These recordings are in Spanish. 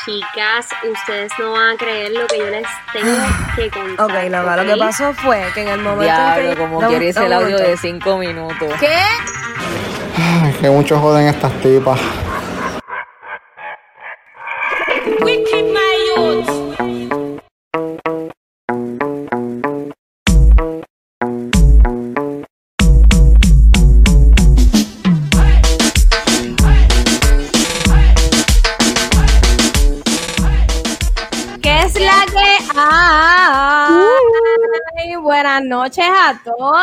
Chicas, ustedes no van a creer lo que yo les tengo que contar. Ok, Lama, lo que pasó fue que en el momento Diablo, en que... como quieres el audio de 5 minutos. ¿Qué? Ay, que mucho joden estas tipas. ¿Qué es la que hay? Buenas noches a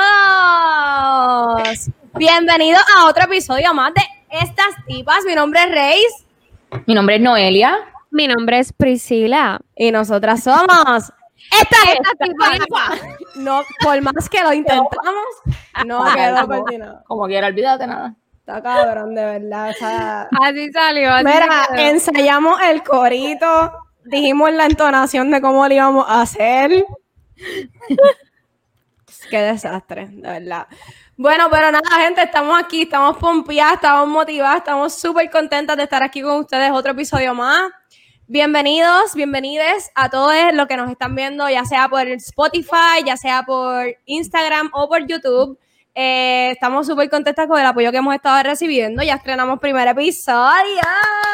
todos. Bienvenidos a otro episodio más de Estas Tipas. Mi nombre es Reis. Mi nombre es Noelia. Mi nombre es Priscila. Y nosotras somos Estas Tipas. No, por más que lo intentamos, no quedó coordinado. Como quiera, olvídate nada. Está cabrón, de verdad. O sea, Así salió. Así mira, se quedó. ensayamos el corito, dijimos la entonación de cómo lo íbamos a hacer. Qué desastre, de verdad. Bueno, pero nada, gente, estamos aquí, estamos pompeadas, estamos motivadas, estamos súper contentas de estar aquí con ustedes otro episodio más. Bienvenidos, bienvenides a todos los que nos están viendo, ya sea por Spotify, ya sea por Instagram o por YouTube. Estamos súper contentas con el apoyo que hemos estado recibiendo. Ya estrenamos primer episodio.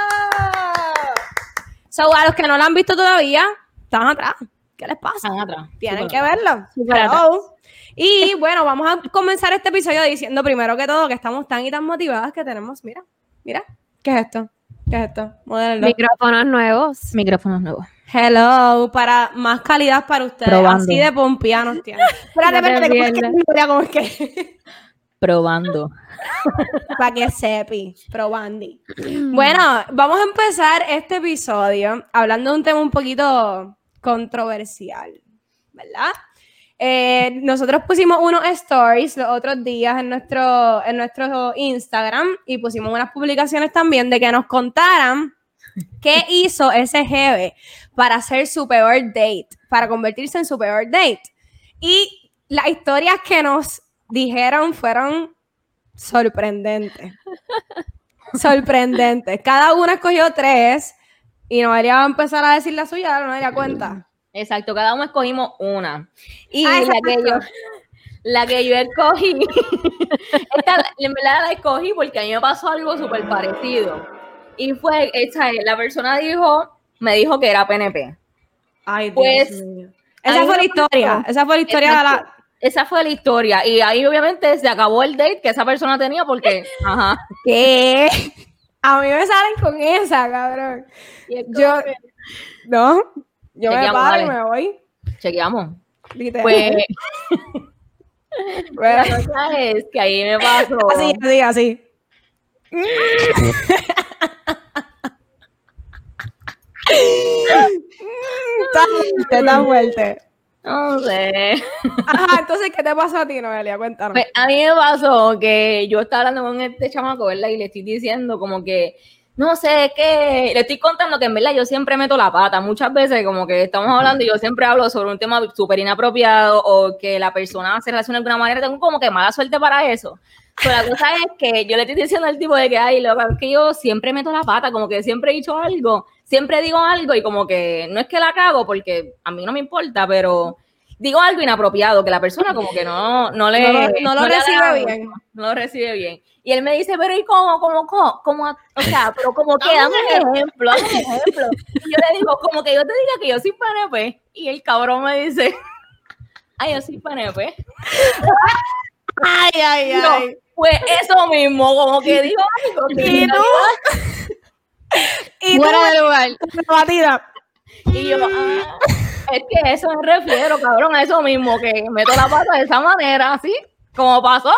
So, a los que no lo han visto todavía, están atrás. ¿Qué les pasa? Están atrás. Tienen que verlo. Súper Hello. Y bueno, vamos a comenzar este episodio diciendo primero que todo que estamos tan y tan motivadas que tenemos, mira, ¿qué es esto? ¿Qué es esto? Modélenlo. Micrófonos nuevos. Micrófonos nuevos. Hello, para más calidad para ustedes. Probando. Así de pompianos tienen. Espérate, ¿cómo es que? Probando. Para que sepi, probandi. Bueno, vamos a empezar este episodio hablando de un tema un poquito controversial, ¿verdad? Nosotros pusimos unos stories los otros días en nuestro Instagram y pusimos unas publicaciones también de que nos contaran qué hizo ese jeve para hacer su peor date, para convertirse en su peor date. Y las historias que nos dijeron fueron sorprendentes. Sorprendentes. Cada uno escogió 3 y Noelia va a empezar a decir la suya, no me daría cuenta. Exacto, cada uno escogimos una. Y Exacto. la que yo escogí, esta en verdad la escogí porque a mí me pasó algo súper parecido. Y fue, la persona me dijo que era PNP. Ay, Dios Pues, mío. Esa fue la historia. Esa fue la historia de la... Esa fue la historia. Y ahí obviamente se acabó el date que esa persona tenía porque, ajá. ¿Qué? A mí me salen con esa, cabrón. Y es como Yo... que- No. Yo me Chequeamos, paro y dale. me voy. Chequeamos. Literal. Pues, Bueno, la cosa es que ahí me pasó. así. Tan fuerte. No sé. Ajá, entonces, ¿qué te pasó a ti, Noelia? Cuéntanos. Pues a mí me pasó que yo estaba hablando con este chamaco, ¿verdad? Y le estoy diciendo como que, no sé qué, le estoy contando que en verdad yo siempre meto la pata. Muchas veces como que estamos hablando y yo siempre hablo sobre un tema súper inapropiado o que la persona se relaciona de alguna manera. Tengo como que mala suerte para eso. Pero la cosa es que yo le estoy diciendo al tipo de que, ay, loca, es que yo siempre meto la pata, como que siempre he dicho algo, siempre digo algo y como que no es que la cago porque a mí no me importa, pero digo algo inapropiado que la persona como que no lo recibe agrada, bien. no lo recibe bien. Y él me dice, pero ¿y cómo? O sea, pero como que dame un ejemplo. Y yo le digo, como que yo te diga que yo soy PNP. Y el cabrón me dice, ay, yo soy PNP. Ay. No, pues eso mismo, como que digo algo. ¿Y tú? ¿Y Fuera de lugar. batida? Y yo, es que eso me refiero, cabrón, a eso mismo, que meto la pata de esa manera, así, como pasó.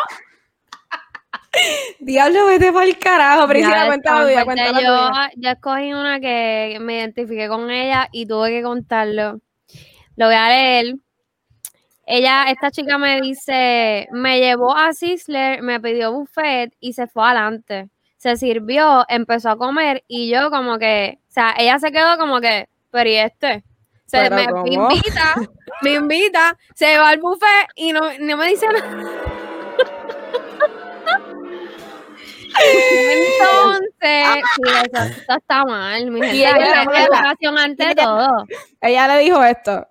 Diablo, vete para el carajo. Priscila, cuenta la tuya, cuenta la tuya. Yo escogí una que me identifiqué con ella y tuve que contarlo. Lo voy a leer. Esta chica me dice, me llevó a Sizzler, me pidió buffet y se fue adelante. Se sirvió, empezó a comer y yo como que, o sea, ella se quedó como que, pero ¿y este? ¿Pero Me cómo? invita, se va al buffet y no me dice nada. Entonces, sí, eso está mal, mi gente. Y ella Hay que era tener mala. educación ante todo. Ella le dijo esto.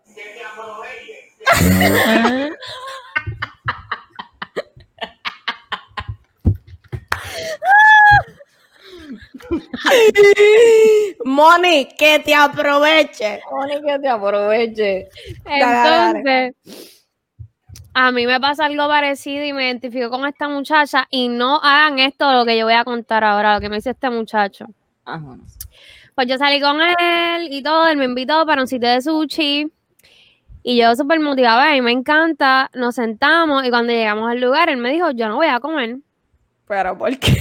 Moni, que te aproveche. Moni, que te aproveche. Entonces, a mí me pasa algo parecido y me identifico con esta muchacha y no hagan esto lo que yo voy a contar ahora, lo que me dice este muchacho. Ajá. Pues yo salí con él y todo, él me invitó para un sitio de sushi y yo súper motivada, a mí me encanta, nos sentamos y cuando llegamos al lugar él me dijo, yo no voy a comer. Pero ¿por qué?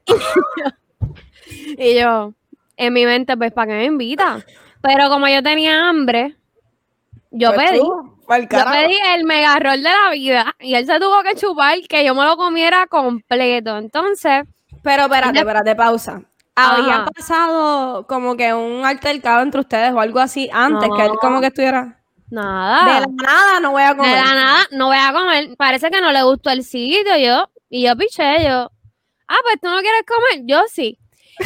Y yo, en mi mente, pues, ¿para qué me invita? Pero como yo tenía hambre, yo Pues pedí. tú, pa'l Yo carajo. pedí el mega roll de la vida y él se tuvo que chupar que yo me lo comiera completo. Entonces, Pero espérate, pausa. ¿Había Ajá. pasado como que un altercado entre ustedes o algo así antes que él No. como que estuviera? De nada. la nada no voy a De comer. la nada, no voy a comer. Parece que no le gustó el sitio, y yo piché, pues tú no quieres comer, yo sí.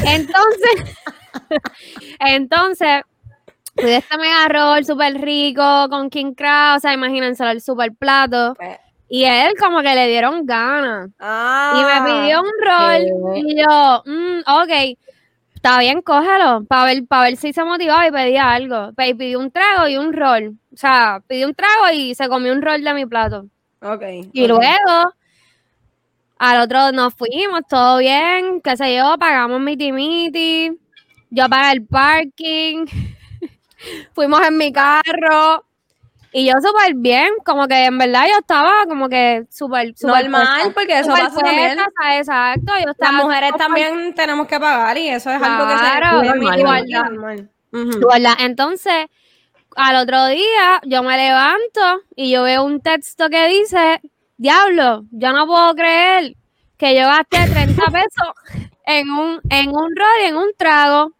Entonces, fui de este mega roll súper rico con King Crab, o sea, imagínense el super plato. Y él como que le dieron ganas. Y me pidió un roll ¿Qué? y yo, ok, está bien, cógelo, para ver si se motivaba y pedía algo. Y pidió un trago y un roll. O sea, pidió un trago y se comió un roll de mi plato. Ok. Y luego, al otro nos fuimos, todo bien, qué sé yo, pagamos miti. Yo pagué el parking, fuimos en mi carro. Y yo súper bien, como que en verdad yo estaba como que súper Normal, porque eso súper pasa también. puesta, o sea, exacto. Yo Las estaba mujeres súper- también tenemos que pagar y eso es algo que se Claro, permite, normal. normal. Ujú. ¿verdad? Entonces, al otro día yo me levanto y yo veo un texto que dice, diablo, yo no puedo creer que yo gasté 30 pesos en un rol y en un trago.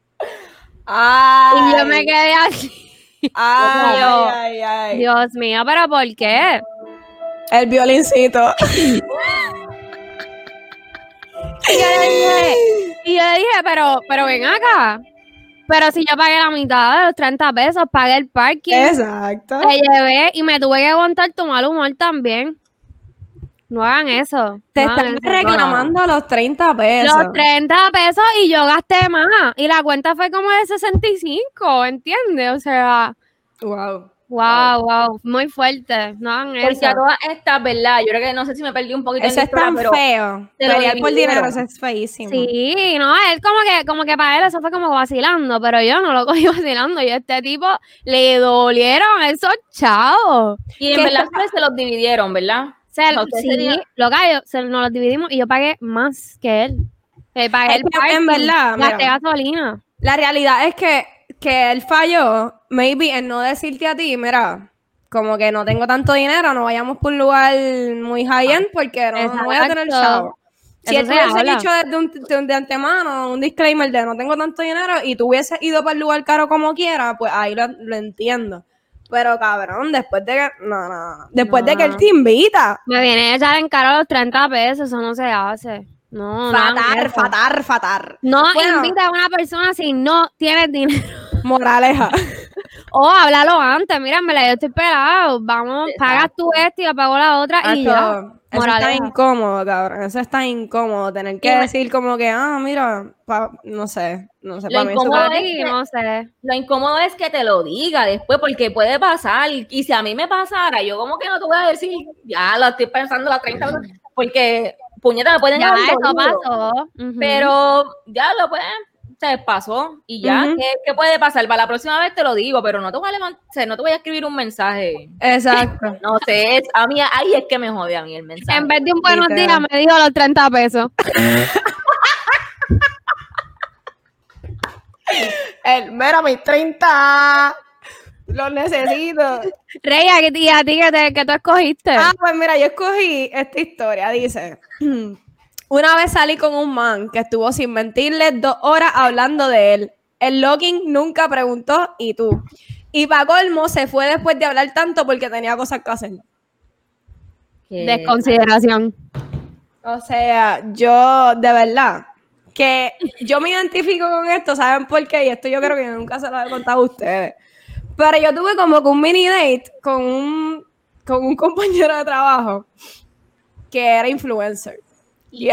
Ay, Y yo me quedé así. ay. Dios mío, ¿pero por qué? El violincito. Y yo le dije, pero ven acá. Pero si yo pagué la mitad de los 30 pesos, pagué el parking, Exacto. te llevé y me tuve que aguantar tu mal humor también. No hagan eso. Te no hagan están eso. reclamando los 30 pesos. Los 30 pesos y yo gasté más. Y la cuenta fue como de 65, ¿entiendes? O sea, Wow. wow, muy fuerte. No hagan Porque eso. a todas estas, ¿verdad? Yo creo que no sé si me perdí un poquito en Eso la es historia, tan pero feo. te lo Pelear por dividieron. dinero, eso es feísimo. Sí, no, él como que para él eso fue como vacilando, pero yo no lo cogí vacilando. Y a este tipo le dolieron esos chavos. Y en ¿Qué verdad ustedes se los dividieron, ¿verdad? O sea, ustedes Sí, tenían- nos los dividimos y yo pagué más que él. Pagué Es el que, parking, en verdad, gasté mira. gasolina. La realidad es que él falló, maybe, en no decirte a ti, mira, como que no tengo tanto dinero, no vayamos por un lugar muy high-end porque no voy a tener Exacto. chavo. Si Eso él se te hubiese habla. dicho de antemano un disclaimer de no tengo tanto dinero y tú hubieses ido para el lugar caro como quiera, pues ahí lo entiendo. Pero cabrón, después de que, no. Después de que él te invita, Me viene a echar en cara los 30 pesos, eso no se hace. No, no hagan eso. fatar. No Bueno, invita a una persona si no tienes dinero. moraleja. O háblalo antes, mira, en verdad, yo estoy pelado. Vamos, pagas tú esto y yo pago la otra y ya. Eso está Moraleja. incómodo, cabrón. Eso está incómodo. Tener que Y me- decir como que, mira, no sé. Lo Para mí eso incómodo Para está- ti, no sé. Lo incómodo es que te lo diga después, porque puede pasar. Y si a mí me pasara, yo como que no te voy a decir, ya lo estoy pensando las 30 veces, porque puñeta me pueden Ya haber eso dolido, pasó. Ujú. pero ya lo pueden, se pasó y ya, Ujú. ¿qué puede pasar? Para la próxima vez te lo digo, pero no te voy a levantar, o sea, no te voy a escribir un mensaje. Exacto. No sé, a mí ahí es que me jode a mí el mensaje. En vez de un buenos Literal. días, me dijo los 30 pesos. Mira, mis 30. Los necesito. Rey, a ti que tú escogiste. Pues mira, yo escogí esta historia. Dice: una vez salí con un man que estuvo sin mentirle 2 horas hablando de él. El login nunca preguntó, ¿y tú? Y pa' colmo se fue después de hablar tanto porque tenía cosas que hacer. Que- Desconsideración. O sea, yo de verdad que yo me identifico con esto, ¿saben por qué? Y esto yo creo que yo nunca se lo he contado a ustedes. Pero yo tuve como que un mini date con un compañero de trabajo que era influencer. Y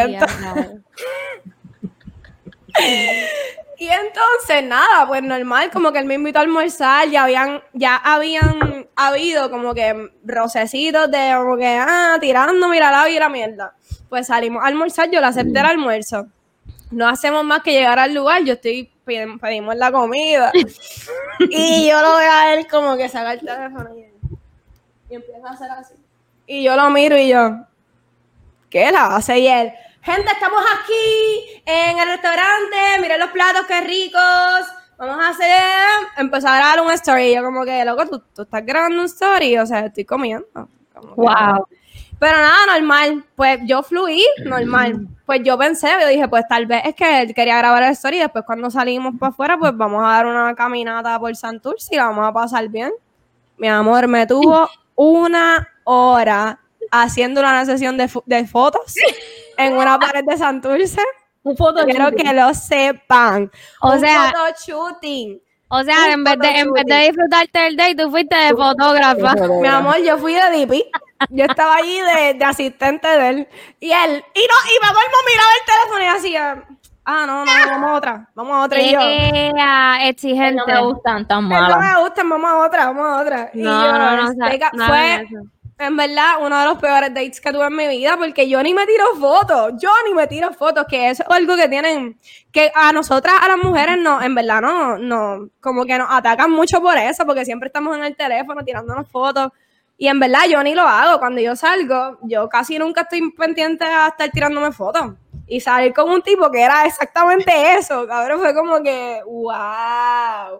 entonces, nada, pues normal, como que él me invitó a almorzar, ya habían habido como que rocecitos de como que, tirando, mira la vida, mierda. Pues salimos a almorzar, yo le acepté el almuerzo. No hacemos más que llegar al lugar, pedimos la comida. Y yo lo veo a él como que saca el teléfono y empieza a hacer así. Y yo lo miro y yo, ¿qué la hace? Y él, gente, estamos aquí en el restaurante, miren los platos, qué ricos, vamos a empezar a grabar un story. Y yo como que, loco, ¿tú estás grabando un story? O sea, estoy comiendo. Wow. Pero nada, normal. Pues yo fluí, normal. Pues yo dije, pues tal vez es que él quería grabar el story y después cuando salimos para afuera, pues vamos a dar una caminata por Santurce y la vamos a pasar bien. Mi amor, me tuvo 1 hora haciendo una sesión de fotos en una pared de Santurce. Un foto. Quiero que lo sepan. O sea, photoshooting. O sea, en vez de disfrutarte del date, tú fuiste de fotógrafa. Mi amor, yo fui de DP. Yo estaba allí de asistente de él. Y él, y me vuelvo a mirar el teléfono y hacía, no, vamos a otra. Y yo, exigente. No me gustan tan no malas. me gustan, vamos a otra. Y fue, en verdad, uno de los peores dates que tuve en mi vida, porque yo ni me tiro fotos, que eso es algo que tienen, que a nosotras, a las mujeres, no, en verdad, no, como que nos atacan mucho por eso, porque siempre estamos en el teléfono tirándonos fotos, y en verdad yo ni lo hago. Cuando yo salgo, yo casi nunca estoy pendiente a estar tirándome fotos, y salir con un tipo que era exactamente eso, cabrón, fue como que, wow.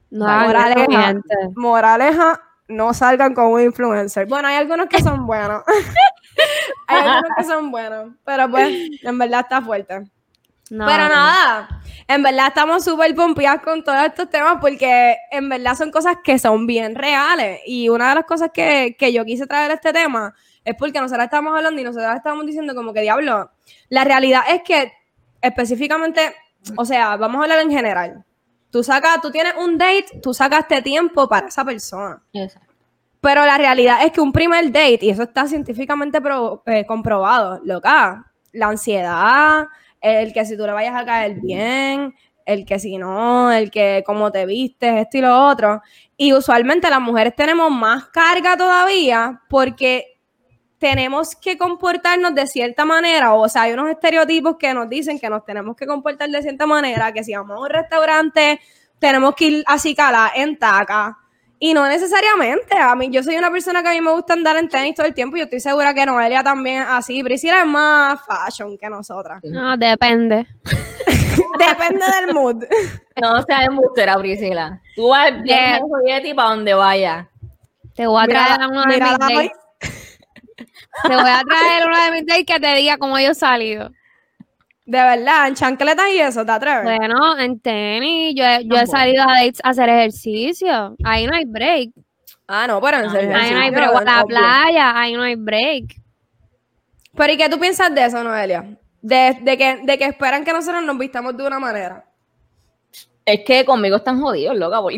Moraleja, no salgan con un influencer. Bueno, hay algunos que son buenos. Pero pues, en verdad está fuerte. Pero nada, en verdad estamos súper pompeadas con todos estos temas porque en verdad son cosas que son bien reales. Y una de las cosas que yo quise traer a este tema es porque nosotros estamos hablando y nosotros estamos diciendo como que, diablo, la realidad es que específicamente, o sea, vamos a hablar en general. Tú tienes un date, tú sacaste tiempo para esa persona. Exacto. Pero la realidad es que un primer date, y eso está científicamente comprobado, loca, la ansiedad, el que si tú le vayas a caer bien, el que si no, el que cómo te vistes, esto y lo otro. Y usualmente las mujeres tenemos más carga todavía porque tenemos que comportarnos de cierta manera, o sea, hay unos estereotipos que nos dicen que nos tenemos que comportar de cierta manera, que si vamos a un restaurante tenemos que ir así cala en taca, y no necesariamente. Yo soy una persona que a mí me gusta andar en tenis todo el tiempo y yo estoy segura que Noelia también es así. Priscila es más fashion que nosotras. No, depende. Depende del mood. No seas embustera, Priscila. Tú vas bien juguete para donde vaya. Te voy a traer uno de mis dates. Te voy a traer uno de mis dates que te diga cómo yo he salido. De verdad, en chancletas y eso, ¿te atreves? Bueno, en tenis, yo he salido a dates a hacer ejercicio. Ahí no hay break. No, pero en serio. Ahí no hay break. A la playa, ahí no hay break. Pero ¿y qué tú piensas de eso, Noelia? De que esperan que nosotros nos vistamos de una manera. Es que conmigo están jodidos, loca, porque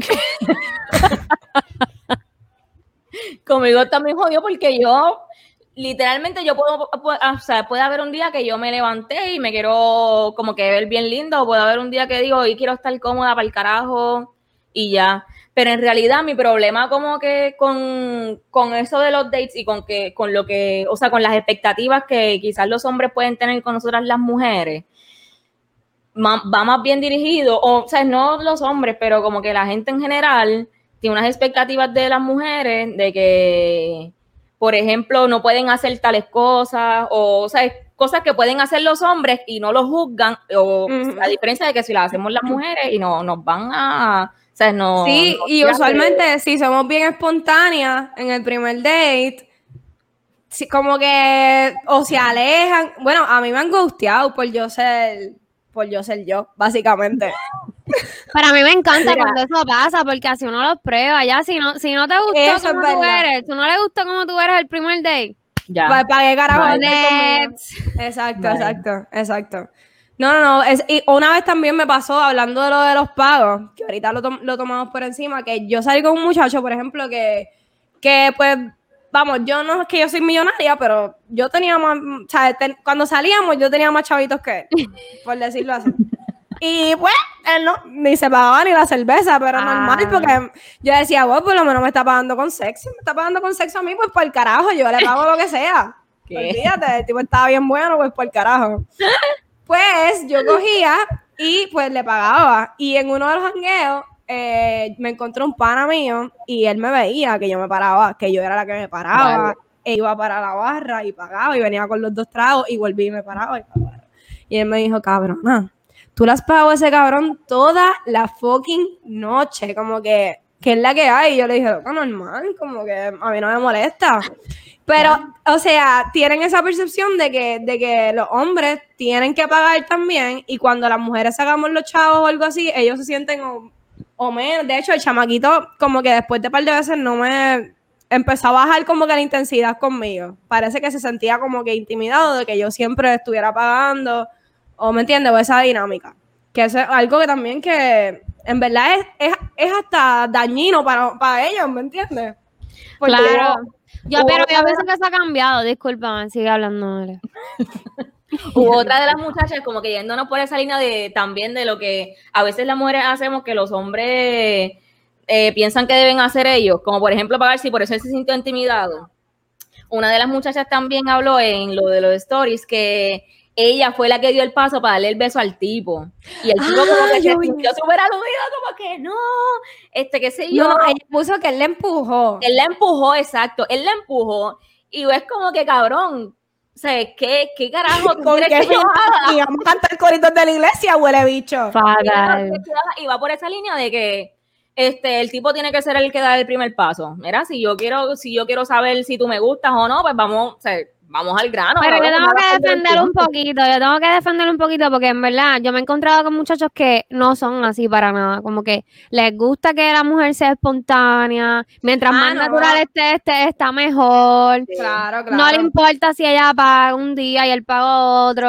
conmigo están bien jodidos porque yo literalmente puede haber un día que yo me levanté y me quiero como que ver bien lindo, o puede haber un día que digo, y quiero estar cómoda para el carajo y ya. Pero en realidad mi problema como que con eso de los dates y con las expectativas que quizás los hombres pueden tener con nosotras las mujeres, va más bien dirigido, o sea, no los hombres, pero como que la gente en general tiene unas expectativas de las mujeres de que, por ejemplo, no pueden hacer tales cosas, o sea, cosas que pueden hacer los hombres y no los juzgan, o a diferencia de que si las hacemos las mujeres y no nos van a... O sea, no, sí, no, y usualmente si somos bien espontáneas en el primer date, sí, como que o se alejan. Bueno, a mí me han gusteado por yo ser yo, básicamente. Para mí me encanta cuando eso pasa, porque así uno lo prueba. Ya, si no te gustó eso como tú eres, tú no le gustó como tú eres el primer date. ya. ¿Para qué carajo? Next. Exacto. No. Y una vez también me pasó, hablando de lo de los pagos, que ahorita lo tomamos por encima, que yo salí con un muchacho, por ejemplo, que pues, vamos, yo no es que yo soy millonaria, pero yo tenía más, o sea, cuando salíamos yo tenía más chavitos que él, por decirlo así. Y pues, él no, ni se pagaba ni la cerveza, pero normal, porque yo decía, bueno, por lo menos me está pagando con sexo. Me está pagando con sexo a mí, pues por el carajo, yo le pago lo que sea. Olvídate, el tipo estaba bien bueno, pues por el carajo. Pues yo cogía y pues le pagaba. Y en uno de los jangueos me encontré un pana mío y él me veía que yo me paraba, que yo era la que me paraba. Vale. E iba para la barra y pagaba y venía con los 2 tragos y volví y me paraba y pagaba. Y él me dijo, cabrona, tú le has pagado a ese cabrón toda la fucking noche, como que es la que hay. Y yo le dije, loco, normal, como que a mí no me molesta. Pero, o sea, tienen esa percepción de que los hombres tienen que pagar también y cuando las mujeres sacamos los chavos o algo así, ellos se sienten o menos. De hecho, el chamaquito como que después de un par de veces no me empezó a bajar como que la intensidad conmigo. Parece que se sentía como que intimidado de que yo siempre estuviera pagando o, ¿me entiendes? O esa dinámica. Que eso es algo que también que en verdad es hasta dañino para ellos, ¿me entiendes? Porque claro. Pero yo pienso que eso ha cambiado. Discúlpame, sigue hablando. Hubo otra de las muchachas como que yéndonos por esa línea de también de lo que a veces las mujeres hacemos que los hombres piensan que deben hacer ellos, como por ejemplo pagar si por eso él se sintió intimidado. Una de las muchachas también habló en lo de los stories que ella fue la que dio el paso para darle el beso al tipo. Y el tipo como que se sintió súper aludido, como que no, qué sé yo. No, ella puso que él le empujó. Él la empujó, exacto, él la empujó. Y es como que cabrón, o sea, ¿qué carajo tú crees que yo haga? Y vamos a cantar coritos de la iglesia, huele bicho. Fatal. Y va por esa línea de que el tipo tiene que ser el que da el primer paso. Mira, si yo quiero saber si tú me gustas o no, pues vamos, o sea, vamos al grano. Pero yo tengo que defender un poquito, porque en verdad yo me he encontrado con muchachos que no son así para nada, como que les gusta que la mujer sea espontánea, mientras más natural esté, está mejor. Sí. Claro. No le importa si ella paga un día y él paga otro.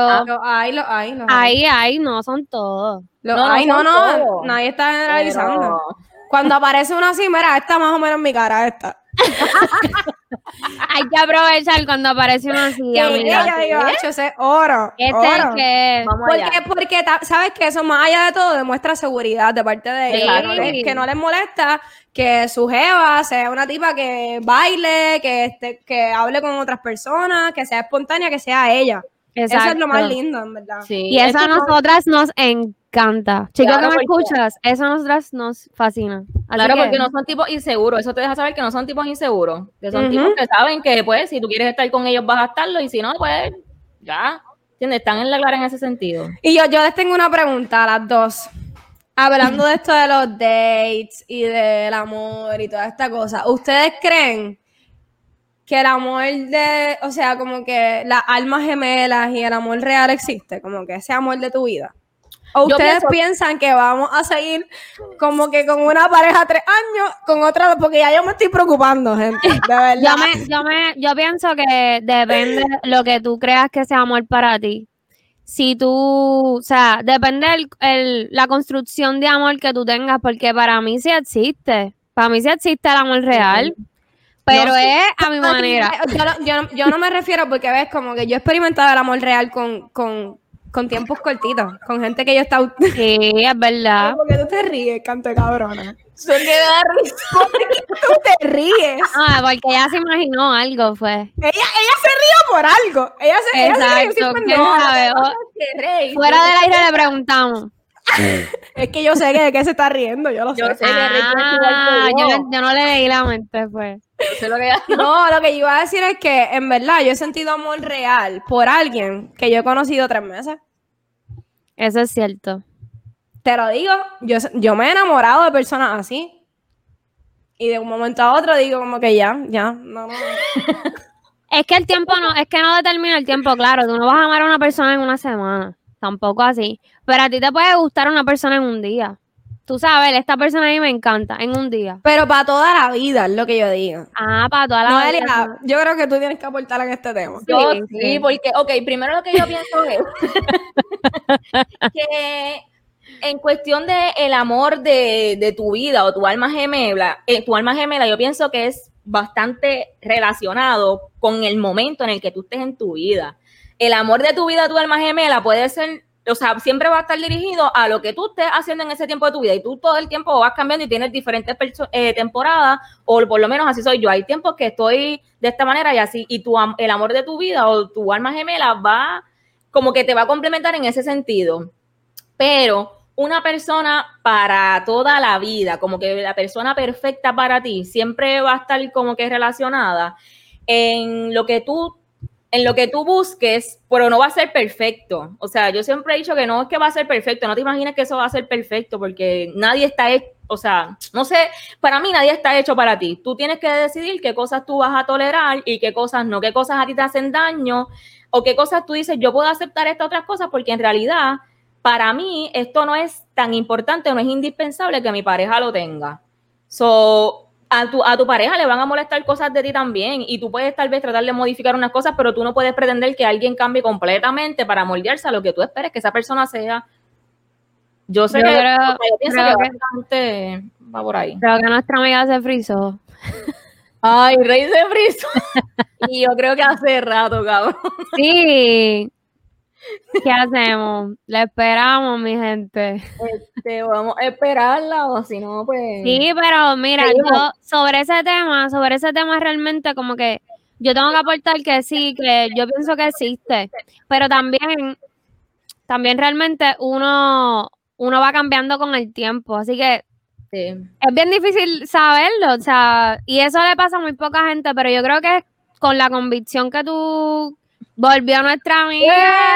Ahí no son todos. Nadie está generalizando. Pero... Cuando aparece una así, mira, esta más o menos mi cara, esta. Hay que aprovechar cuando aparece una así, amiga. Ese oro. Oro. Que... Porque sabes que eso más allá de todo demuestra seguridad de parte de ellos. Claro, que no les molesta que su jeva sea una tipa que baile, que hable con otras personas, que sea espontánea, que sea ella. Exacto. Eso es lo más lindo, en verdad. Sí, y eso a nosotras nos encanta. Chicos, claro, que me escuchas, eso a nosotras nos fascina. Así claro, porque no son tipos inseguros. Eso te deja saber que no son tipos inseguros. Que son tipos que saben que, pues, si tú quieres estar con ellos, vas a estarlo. Y si no, pues, ya. ¿Entiendes? Están en la clara en ese sentido. Y yo les tengo una pregunta a las dos. Hablando de esto de los dates y del amor y toda esta cosa. ¿Ustedes creen que el amor o sea, como que las almas gemelas y el amor real existe? Como que ese amor de tu vida. ¿O ustedes piensan que vamos a seguir como que con una pareja 3 años, con otra? Porque ya yo me estoy preocupando, gente, de verdad. Yo pienso que depende lo que tú creas que sea amor para ti. Si tú, o sea, depende la construcción de amor que tú tengas, porque para mí sí existe. Para mí sí existe el amor real. Pero es a mi manera. Yo no me refiero porque ves como que yo he experimentado el amor real con tiempos cortitos, con gente que yo he estado... Sí, es verdad. ¿Por qué tú te ríes, canto de cabrona? ¿Por qué tú te ríes? Ah, porque ella se imaginó algo, pues. Ella se rió por algo. Ella se rió ¿quién sabe? Fuera del aire le preguntamos. Es que yo sé que de qué se está riendo, yo lo sé. Yo no le leí la mente, pues. No, lo que yo iba a decir es que, en verdad, yo he sentido amor real por alguien que yo he conocido 3 meses. Eso es cierto. Te lo digo, yo me he enamorado de personas así. Y de un momento a otro digo como que ya, no. Es que el tiempo no determina el tiempo, claro. Tú no vas a amar a una persona en una semana. Tampoco así. Pero a ti te puede gustar una persona en un día. tú sabes, esta persona a mí me encanta, en un día. Pero para toda la vida, es lo que yo digo. Para toda la vida. Noelia, yo creo que tú tienes que aportar en este tema. Yo Sí, sí, sí. porque, ok, primero lo que yo pienso es que en cuestión de el amor de tu vida o tu alma gemela, yo pienso que es bastante relacionado con el momento en el que tú estés en tu vida. El amor de tu vida, tu alma gemela, puede ser, o sea, siempre va a estar dirigido a lo que tú estés haciendo en ese tiempo de tu vida, y tú todo el tiempo vas cambiando y tienes diferentes temporadas, o por lo menos así soy yo. Hay tiempos que estoy de esta manera y así, y el amor de tu vida o tu alma gemela va como que te va a complementar en ese sentido. Pero una persona para toda la vida, como que la persona perfecta para ti, siempre va a estar como que relacionada en lo que tú busques, pero no va a ser perfecto. O sea, yo siempre he dicho que no es que va a ser perfecto, no te imagines que eso va a ser perfecto, porque nadie está hecho, o sea, no sé, para mí nadie está hecho para ti. Tú tienes que decidir qué cosas tú vas a tolerar y qué cosas no, qué cosas a ti te hacen daño, o qué cosas tú dices, yo puedo aceptar estas otras cosas, porque en realidad, para mí, esto no es tan importante, no es indispensable que mi pareja lo tenga. So, a tu pareja le van a molestar cosas de ti también, y tú puedes tal vez tratar de modificar unas cosas, pero tú no puedes pretender que alguien cambie completamente para moldearse a lo que tú esperes que esa persona sea. Yo sé yo pienso que bastante va por ahí. Creo que nuestra amiga se frizó. Ay, Rey se frizó. Y yo creo que hace rato, cabrón. Sí. ¿Qué hacemos? La esperamos, mi gente. Vamos a esperarla, o si no, pues... Sí, pero mira, seguimos. yo sobre ese tema realmente como que yo tengo que aportar que sí, que yo pienso que existe, pero también realmente uno va cambiando con el tiempo, así que Sí. es bien difícil saberlo, o sea, y eso le pasa a muy poca gente, pero yo creo que con la convicción que tú volvió nuestra amiga.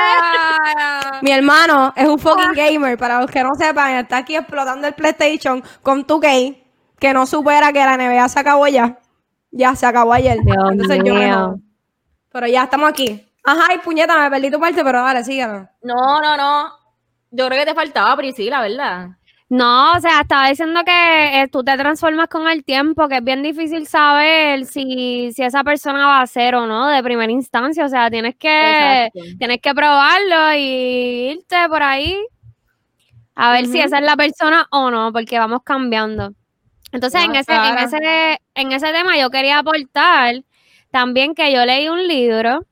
Mi hermano es un fucking gamer, para los que no sepan, está aquí explotando el PlayStation con 2K, que no supera que la NBA se acabó ya. Ya se acabó ayer. Dios Entonces yo me mío. jodo. Pero ya estamos aquí. Ajá, y puñeta, me perdí tu parte, pero dale, síguenos. No. Yo creo que te faltaba, Priscila, ¿verdad? No, o sea, estaba diciendo que tú te transformas con el tiempo, que es bien difícil saber si esa persona va a ser o no de primera instancia. O sea, tienes que probarlo y irte por ahí a ver si esa es la persona o no, porque vamos cambiando. Entonces, No, en ese tema yo quería aportar también que yo leí un libro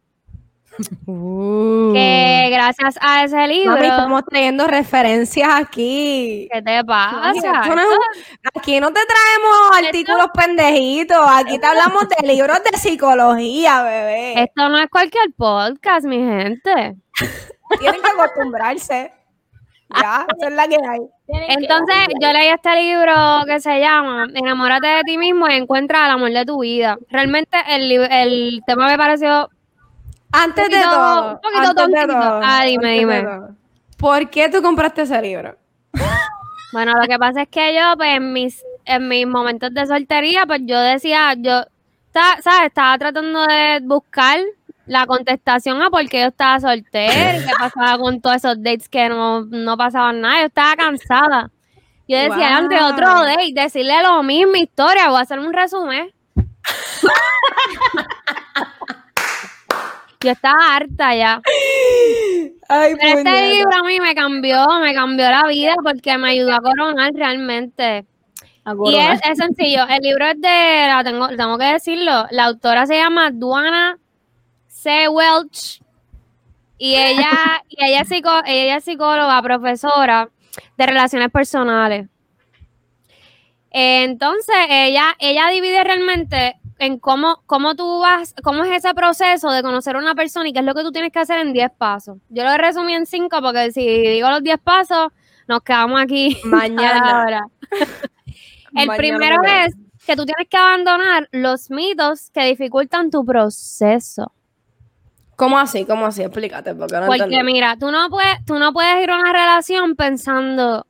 que gracias a ese libro... Mami, estamos trayendo referencias aquí. ¿Qué te pasa? Esto no es aquí no te traemos artículos pendejitos, aquí te hablamos de libros de psicología, bebé. Esto no es cualquier podcast, mi gente. Tienen que acostumbrarse. Ya, esa es la que hay. Entonces, yo leí este libro que se llama Enamórate de ti mismo y encuentra el amor de tu vida. Realmente el tema me pareció Antes de un todo, poquito tontito. Dime. ¿Por qué tú compraste ese libro? Bueno, lo que pasa es que yo, pues, en mis momentos de soltería, pues yo decía, estaba tratando de buscar la contestación a por qué yo estaba soltera y qué pasaba con todos esos dates que no pasaban nada. Yo estaba cansada. Yo decía, ante otro date, decirle lo mismo, historia, voy a hacer un resumen. Yo estaba harta ya. Ay, Pero este libro a mí me cambió la vida porque me ayudó a coronar realmente. Y es sencillo. El libro es tengo que decirlo, la autora se llama Duana C. Welch y ella es psicóloga, profesora de relaciones personales. Entonces, ella divide realmente en cómo es ese proceso de conocer a una persona y qué es lo que tú tienes que hacer en 10 pasos. Yo lo resumí en 5 porque si digo los 10 pasos, nos quedamos aquí mañana. El primero es que tú tienes que abandonar los mitos que dificultan tu proceso. ¿Cómo así? Explícate, porque no entendí. Mira, tú no puedes ir a una relación pensando,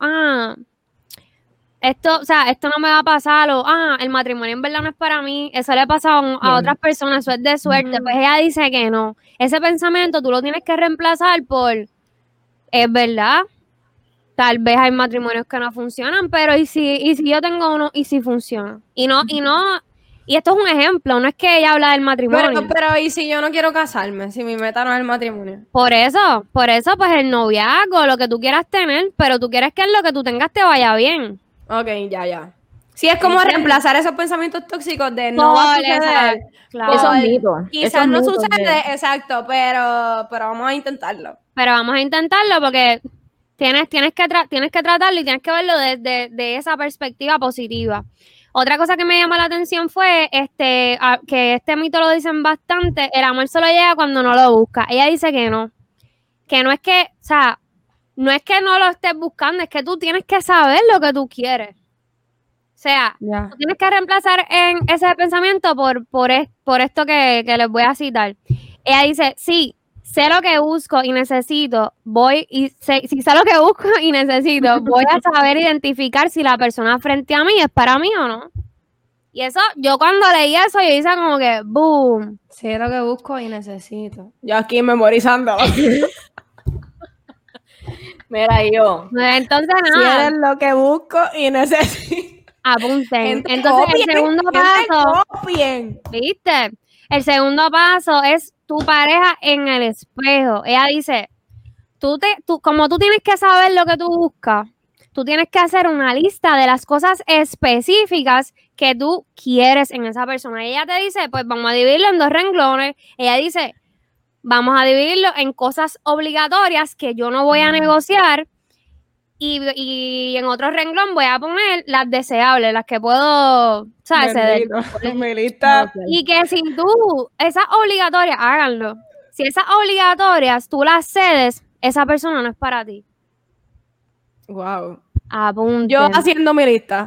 esto no me va a pasar, o el matrimonio en verdad no es para mí, eso le ha pasado a otras personas, eso es de suerte. Pues ella dice que no. Ese pensamiento tú lo tienes que reemplazar por, es verdad, tal vez hay matrimonios que no funcionan, pero ¿y si yo tengo uno y si funciona? Y esto es un ejemplo, no es que ella habla del matrimonio. Pero ¿y si yo no quiero casarme? Si mi meta no es el matrimonio. Por eso, pues el noviazgo, lo que tú quieras tener, pero tú quieres que lo que tú tengas te vaya bien. Ok, ya. Sí, es como reemplazar esos pensamientos tóxicos de no va a suceder. Claro. Esos mitos. Quizás esos no mitos sucede, exacto, pero vamos a intentarlo. Pero vamos a intentarlo porque tienes que tratarlo y tienes que verlo de esa perspectiva positiva. Otra cosa que me llama la atención fue que este mito lo dicen bastante, el amor solo llega cuando no lo busca. Ella dice que no es que, o sea, no es que no lo estés buscando, es que tú tienes que saber lo que tú quieres. O sea, tú tienes que reemplazar en ese pensamiento por esto que les voy a citar. Ella dice, sí, sé lo que busco y necesito, si sé lo que busco y necesito, voy a saber identificar si la persona frente a mí es para mí o no. Y eso, yo cuando leí eso, yo hice como que, boom. Sé lo que busco y necesito. Yo aquí memorizando. Mira, yo. Entonces, Si nada. eres lo que busco y necesito. Apunten. Entonces, el segundo paso, ¿viste? El segundo paso es tu pareja en el espejo. Ella dice, como tú tienes que saber lo que tú buscas, tú tienes que hacer una lista de las cosas específicas que tú quieres en esa persona. Y ella te dice, pues vamos a dividirlo en 2 renglones. Ella dice, vamos a dividirlo en cosas obligatorias que yo no voy a negociar. Y en otro renglón voy a poner las deseables, las que puedo, ¿sabes? Mi lista. Y que si tú, esas obligatorias, háganlo. Si esas obligatorias tú las cedes, esa persona no es para ti. Wow. Apunten. Yo haciendo mi lista.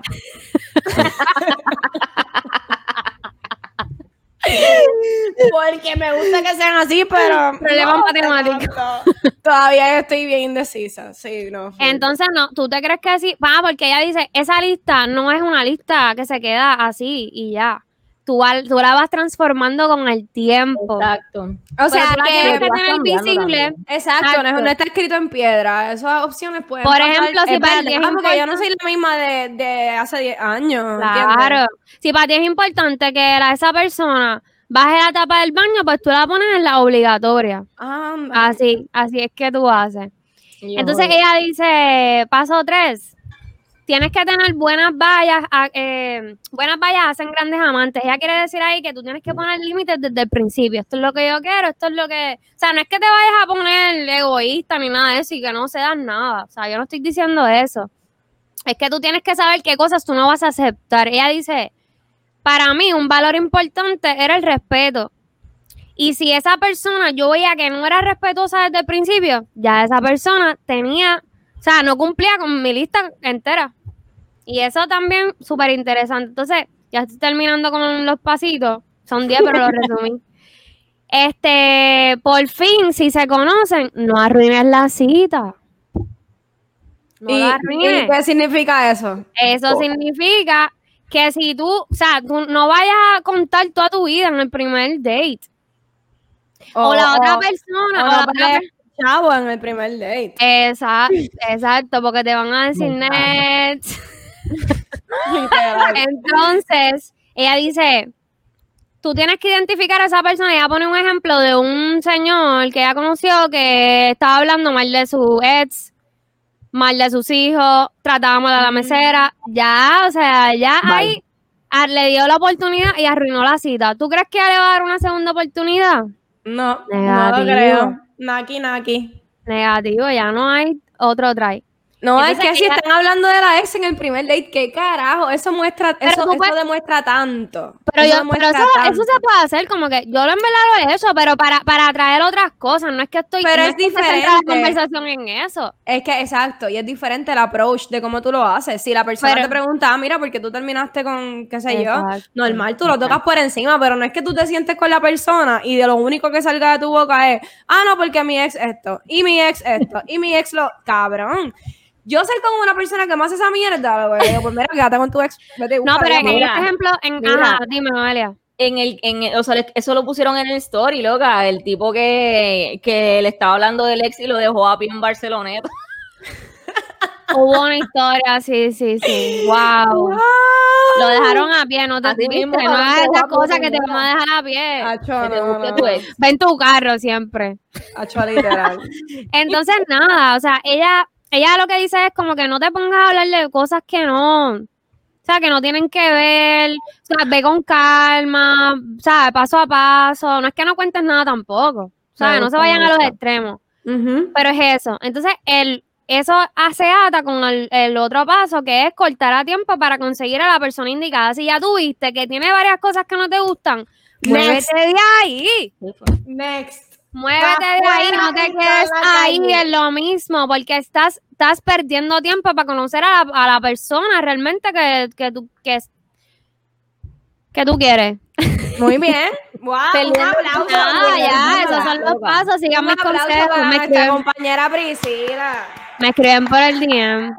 Porque me gusta que sean así, pero Problemas matemáticos. Todavía estoy bien indecisa. Sí, no. Entonces, no, ¿tú te crees que sí? Porque ella dice, esa lista no es una lista que se queda así y ya. Tú la vas transformando con el tiempo. Exacto. O sea, tú la tienes que vas tener cambiando visible. también. Exacto, no está escrito en piedra. Esas opciones pueden Por pasar. ejemplo, si para ti es porque yo no soy la misma de hace 10 años. Claro. ¿Entiendes? Si para ti es importante que esa persona baje la tapa del baño, pues tú la pones en la obligatoria. Así es que tú haces. Entonces ella dice, paso 3, tienes que tener buenas vallas. Buenas vallas hacen grandes amantes. Ella quiere decir ahí que tú tienes que poner límites desde el principio. Esto es lo que yo quiero, esto es lo que... O sea, no es que te vayas a poner egoísta ni nada de eso y que no cedas nada. O sea, yo no estoy diciendo eso. Es que tú tienes que saber qué cosas tú no vas a aceptar. Ella dice, para mí un valor importante era el respeto. Y si esa persona, yo veía que no era respetuosa desde el principio, ya esa persona no cumplía con mi lista entera. Y eso también súper interesante. Entonces, ya estoy terminando con los pasitos. Son 10, pero los resumí. Por fin, si se conocen, no arruines la cita. No la arruines. ¿Y qué significa eso? Eso significa que si tú no vayas a contar toda tu vida en el primer date. O la otra persona. Chavo en el primer date. Exacto, porque te van a decir net. Entonces, ella dice, tú tienes que identificar a esa persona. Ella pone un ejemplo de un señor que ella conoció que estaba hablando mal de su ex, mal de sus hijos, trataba mal a la mesera. Ya, o sea, ya ahí le dio la oportunidad y arruinó la cita. ¿Tú crees que ella le va a dar una segunda oportunidad? No, Negativo. no lo creo. Naki. Negativo, ya no hay otro try. No, entonces, es que si están hablando de la ex en el primer date, ¿qué carajo? Eso muestra, eso demuestra tanto. Pero eso se puede hacer, como que yo en verdad lo he hecho, pero para atraer otras cosas, no es que estoy... Pero no es diferente. La conversación en eso. Es que, exacto, y es diferente el approach de cómo tú lo haces. Si la persona te pregunta, mira, ¿por qué tú terminaste con, qué sé yo? Normal, tú lo tocas por encima, pero no es que tú te sientes con la persona y de lo único que salga de tu boca es, no, porque mi ex esto, y mi ex esto, y mi ex lo... Cabrón. Yo soy como una persona que me hace esa mierda, güey. Digo, pues mira, quédate con tu ex. No, pero en este ejemplo, dime, Amalia. O sea, eso lo pusieron en el story, loca. El tipo que le estaba hablando del ex y lo dejó a pie en Barceloneta. Hubo una historia, sí. Wow. Lo dejaron a pie, no te Así mismo, viste, no cabrón, hagas te esas voy a cosas que te poner. van a dejar a pie. Acho, Que te no, busque no, tu no. ex. Ven tu carro siempre. Acho, literal. Entonces, nada, o sea, ella lo que dice es como que no te pongas a hablar de cosas que no, o sea, que no tienen que ver, o sea, ve con calma, o sea, paso a paso, no es que no cuentes nada tampoco, o sea, no se vayan a los extremos, pero es eso. Entonces, eso se ata con el otro paso, que es cortar a tiempo para conseguir a la persona indicada. Si ya tuviste que tiene varias cosas que no te gustan, muévete de ahí. Next. Muévete de ahí, no te quedes ahí en lo mismo, porque estás perdiendo tiempo para conocer a la persona realmente que tú quieres. Muy bien. Wow, un Perdiendo aplauso. Nada, ya, esos son los loca. pasos, sigan Un mis aplauso consejos, para me nuestra escriben, compañera Priscila. me escriben por el DM.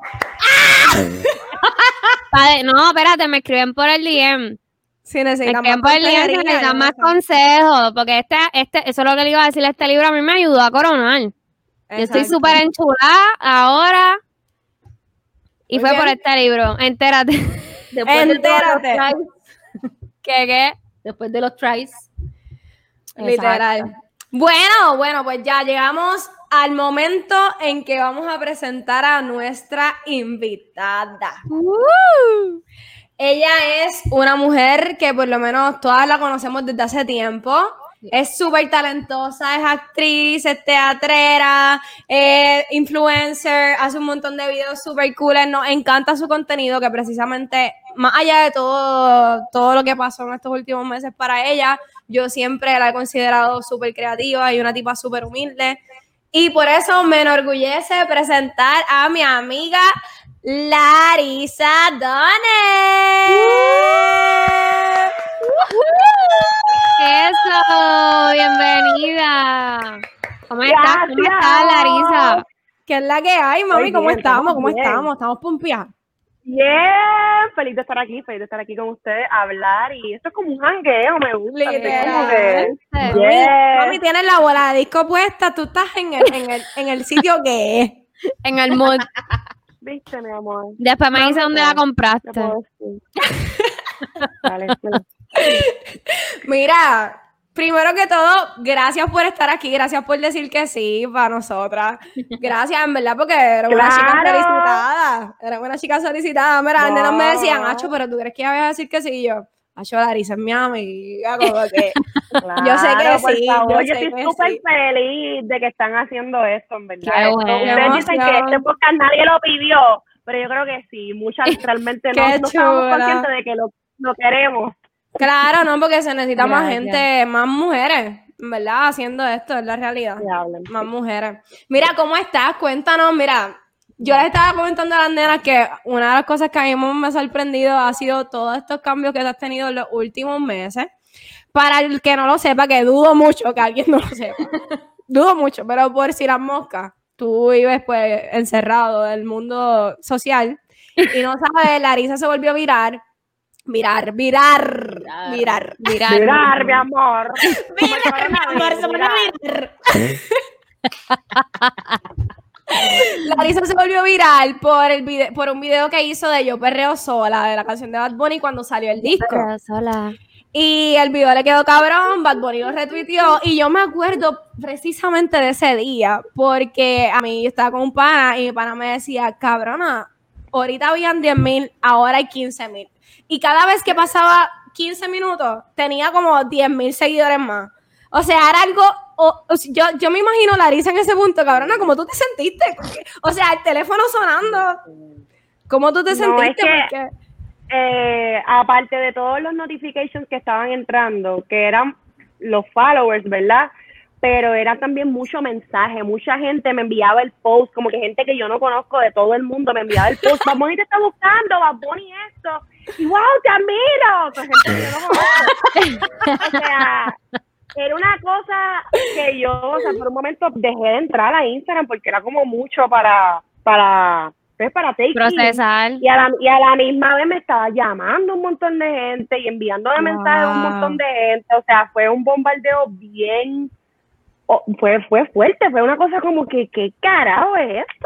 No, espérate, me escriben por el DM. Si necesitan Me más escriben por el DM si consejería, necesitan ya más lo saben. consejos, porque eso es lo que le iba a decir, este libro a mí me ayudó a coronar. Yo estoy Exacto. súper enchulada ahora. Y Muy fue por bien. este libro. Entérate. Después de todos los Entérate. tries, ¿Qué? después de los tries. Literal. Exacto. Bueno, pues ya llegamos al momento en que vamos a presentar a nuestra invitada. Ella es una mujer que por lo menos todas la conocemos desde hace tiempo. Es súper talentosa, es actriz, es teatrera, es influencer, hace un montón de videos súper cool. Nos encanta su contenido, que precisamente, más allá de todo lo que pasó en estos últimos meses para ella, yo siempre la he considerado súper creativa y una tipa súper humilde. Y por eso me enorgullece presentar a mi amiga Larisa Dones. Eso, bienvenida. ¿Cómo estás? ¿Cómo Gracias. estás, Larisa? ¿Qué es la que hay, mami? Estoy ¿Cómo bien, estamos? estamos ¿Cómo bien. estamos? ¿Estamos pompeadas? Bien, feliz de estar aquí con ustedes, hablar, y esto es como un jangueo, me gusta. Literal. Como que, Mami, tienes la bola de disco puesta, tú estás en el sitio que es. En el mood. viste, mi amor, Después me dice dónde la te compraste. puedo decir. Dale, Mira, primero que todo, gracias por estar aquí, gracias por decir que sí para nosotras. Gracias, en verdad, porque eres una chica Claro. solicitada. Eres una chica solicitada. Mira, las nenas me decían, No. Acho, pero tú crees que ella va a decir que sí. Y yo, Acho, Larisa es mi amiga, como que claro, yo sé que por sí, favor, yo yo sé estoy que súper sí. feliz de que están haciendo esto, en verdad. Qué Esto, bueno. ustedes dicen que Emoción. este podcast nadie lo pidió, pero yo creo que sí, muchas realmente Qué no estábamos chula. conscientes de que lo queremos. Claro, no, porque se necesita más Gracias. gente, más mujeres, en ¿verdad? Haciendo esto, es la realidad. Que hablen. Más mujeres. Mira, ¿cómo estás? Cuéntanos, mira. Yo les estaba comentando a las nenas que una de las cosas que a mí más me ha sorprendido ha sido todos estos cambios que has tenido en los últimos meses. Para el que no lo sepa, que dudo mucho que alguien no lo sepa. Dudo mucho, pero por si las moscas, tú vives pues encerrado en el mundo social y no sabes, Larisa se volvió a virar, mi amor. Mirar, mi amor. Mirar, mi amor, se volvió a virar. Larisa se volvió viral por un video que hizo de Yo Perreo Sola, de la canción de Bad Bunny cuando salió el disco. Pero sola. Y el video le quedó cabrón, Bad Bunny lo retuiteó, y yo me acuerdo precisamente de ese día, porque a mí yo estaba con un pana, y mi pana me decía, cabrona, ahorita habían 10,000, ahora hay 15,000. Y cada vez que pasaba 15 minutos, tenía como 10,000 seguidores más. O sea, era algo, yo me imagino Larisa en ese punto, cabrona, ¿cómo tú te sentiste? Porque, o sea, el teléfono sonando, ¿cómo tú te No, sentiste? es que- Porque... aparte de todos los notifications que estaban entrando, que eran los followers, ¿verdad? Pero era también mucho mensaje, mucha gente me enviaba el post, como que gente que yo no conozco de todo el mundo me enviaba el post, Bad Bunny te está buscando, Bad Bunny esto, y wow, te admiro, o sea, gente que yo no conozco. O sea, era una cosa que yo, o sea, por un momento dejé de entrar a Instagram porque era como mucho para take in. Procesar. Y a la misma vez me estaba llamando un montón de gente y enviándome mensajes a un montón de gente. O sea, fue un bombardeo bien... fue fuerte, fue una cosa como que, ¿qué carajo es esto?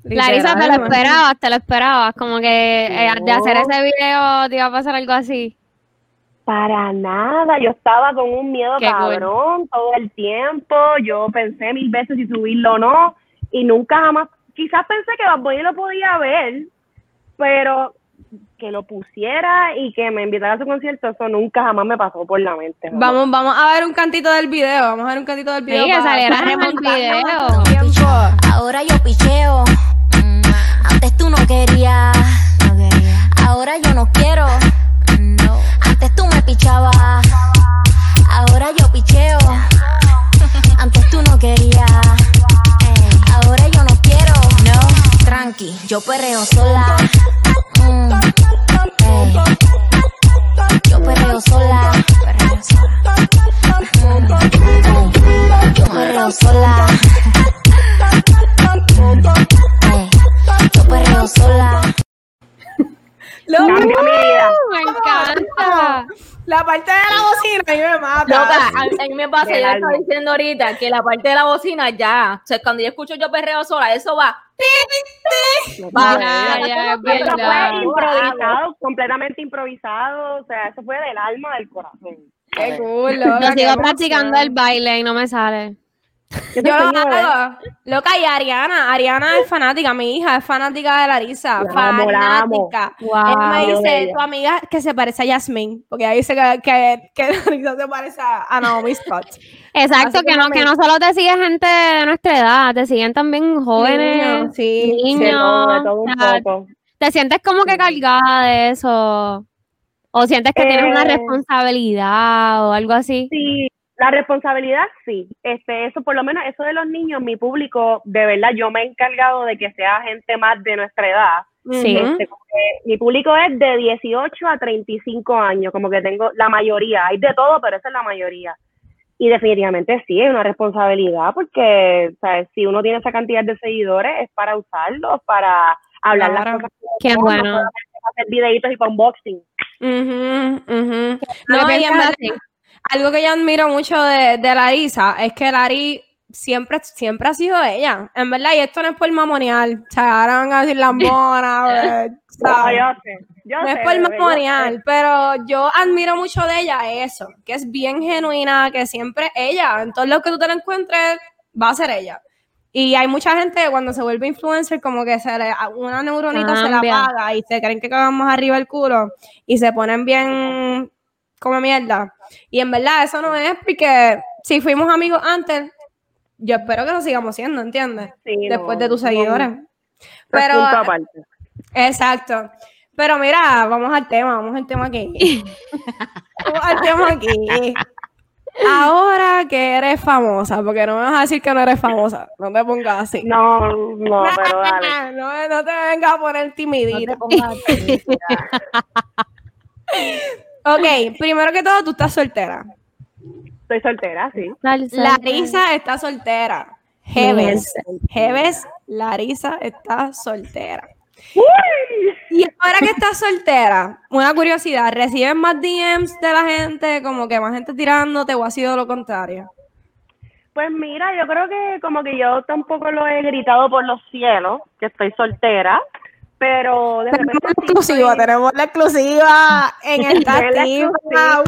Larisa, te lo esperabas, como que de hacer ese video te iba a pasar algo así. Para nada, yo estaba con un miedo Qué cabrón todo el tiempo, yo pensé 1000 veces si subirlo o no, y nunca jamás, quizás pensé que Bad Bunny lo podía ver, pero que lo pusiera y que me invitara a su concierto, eso nunca jamás me pasó por la mente. Jamás. Vamos a ver un cantito del video, vamos a ver un cantito del video. Sí, que para saliera en el remontarnos video. tiempo. Ahora yo picheo. Antes tú no querías. Ahora yo no quiero. Antes tú me pichabas. Ahora yo picheo. Antes tú no querías. Ahora yo no quiero. No, tranqui, yo perreo sola. Yo perreo sola. Yo perreo sola. Yo perreo sola. Cambió mi vida. Me encanta. La parte de la bocina a mí me mata. Loca, a mí me pasa, Del ella estaba alma. diciendo ahorita que la parte de la bocina ya, o sea, cuando yo escucho Yo Perreo Sola, eso va. Ya, es Eso verdad. fue improvisado, completamente improvisado, o sea, eso fue del alma, del corazón. Qué cool, Yo loca, qué sigo emoción. practicando el baile y no me sale. Yo lo hago. Loca, y Ariana es fanática, mi hija es fanática de Larisa, La amo, la amo. fanática. Wow. Ella me Dios de dice, ella. tu amiga que se parece a Yasmín, porque ella dice que Larisa se parece a Naomi Scott. Exacto, Así que no, como que no solo te sigue gente de nuestra edad, te siguen también jóvenes, Niños, sí. niños. De todo o un sea, poco. ¿te sientes como que cargada de eso? ¿O sientes que tienes una responsabilidad o algo así? Sí, la responsabilidad sí. Eso, por lo menos, eso de los niños, mi público, de verdad, yo me he encargado de que sea gente más de nuestra edad. Sí. Como que mi público es de 18 a 35 años, como que tengo la mayoría, hay de todo, pero esa es la mayoría. Y definitivamente sí, es una responsabilidad porque, ¿sabes? Si uno tiene esa cantidad de seguidores es para usarlos, para hablar Claro. las cosas. Qué no bueno. solamente hacer videitos y para unboxing. No, y en piensas verdad, así? algo que yo admiro mucho de Larisa es que Lari siempre ha sido ella, en verdad, y esto no es por mamonear, o sea, ahora van a decir lambona, No, ¿sabes? yo No sé, es por bebé, yo mamonear, pero yo admiro mucho de ella eso, que es bien genuina, que siempre ella, en todo lo que tú te la encuentres, va a ser ella. Y hay mucha gente que cuando se vuelve influencer, como que una neuronita se la Cambia. apaga y se creen que cagan más arriba el culo y se ponen bien como mierda. Y en verdad eso no es porque si fuimos amigos antes, yo espero que lo sigamos siendo, ¿entiendes? Sí, Después no, de tus no, seguidores. es Pero, punto aparte. exacto. Pero mira, vamos al tema aquí. Vamos al tema aquí. Ahora que eres famosa, porque no me vas a decir que no eres famosa, no te pongas así. No, pero dale. No te vengas a poner timidita. Ok, primero que todo, tú estás soltera. Estoy soltera, sí. Larisa está soltera. Jeves, Larisa está soltera. Y ahora que estás soltera, una curiosidad, ¿recibes más DMs de la gente, como que más gente tirándote o ha sido lo contrario? Pues mira, yo creo que como que yo tampoco lo he gritado por los cielos, que estoy soltera, pero de repente sí estoy- Tenemos la exclusiva en esta Es la tipa. exclusiva.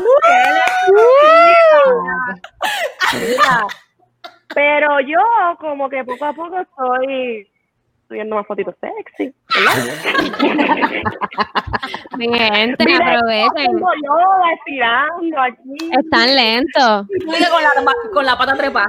Mira, pero yo como que poco a poco estoy subiendo más fotitos sexy, ¿verdad? Mi gente, Mira, aprovechen. haciendo yoga, estirando aquí. Están lentos. Mira con la pata trepa.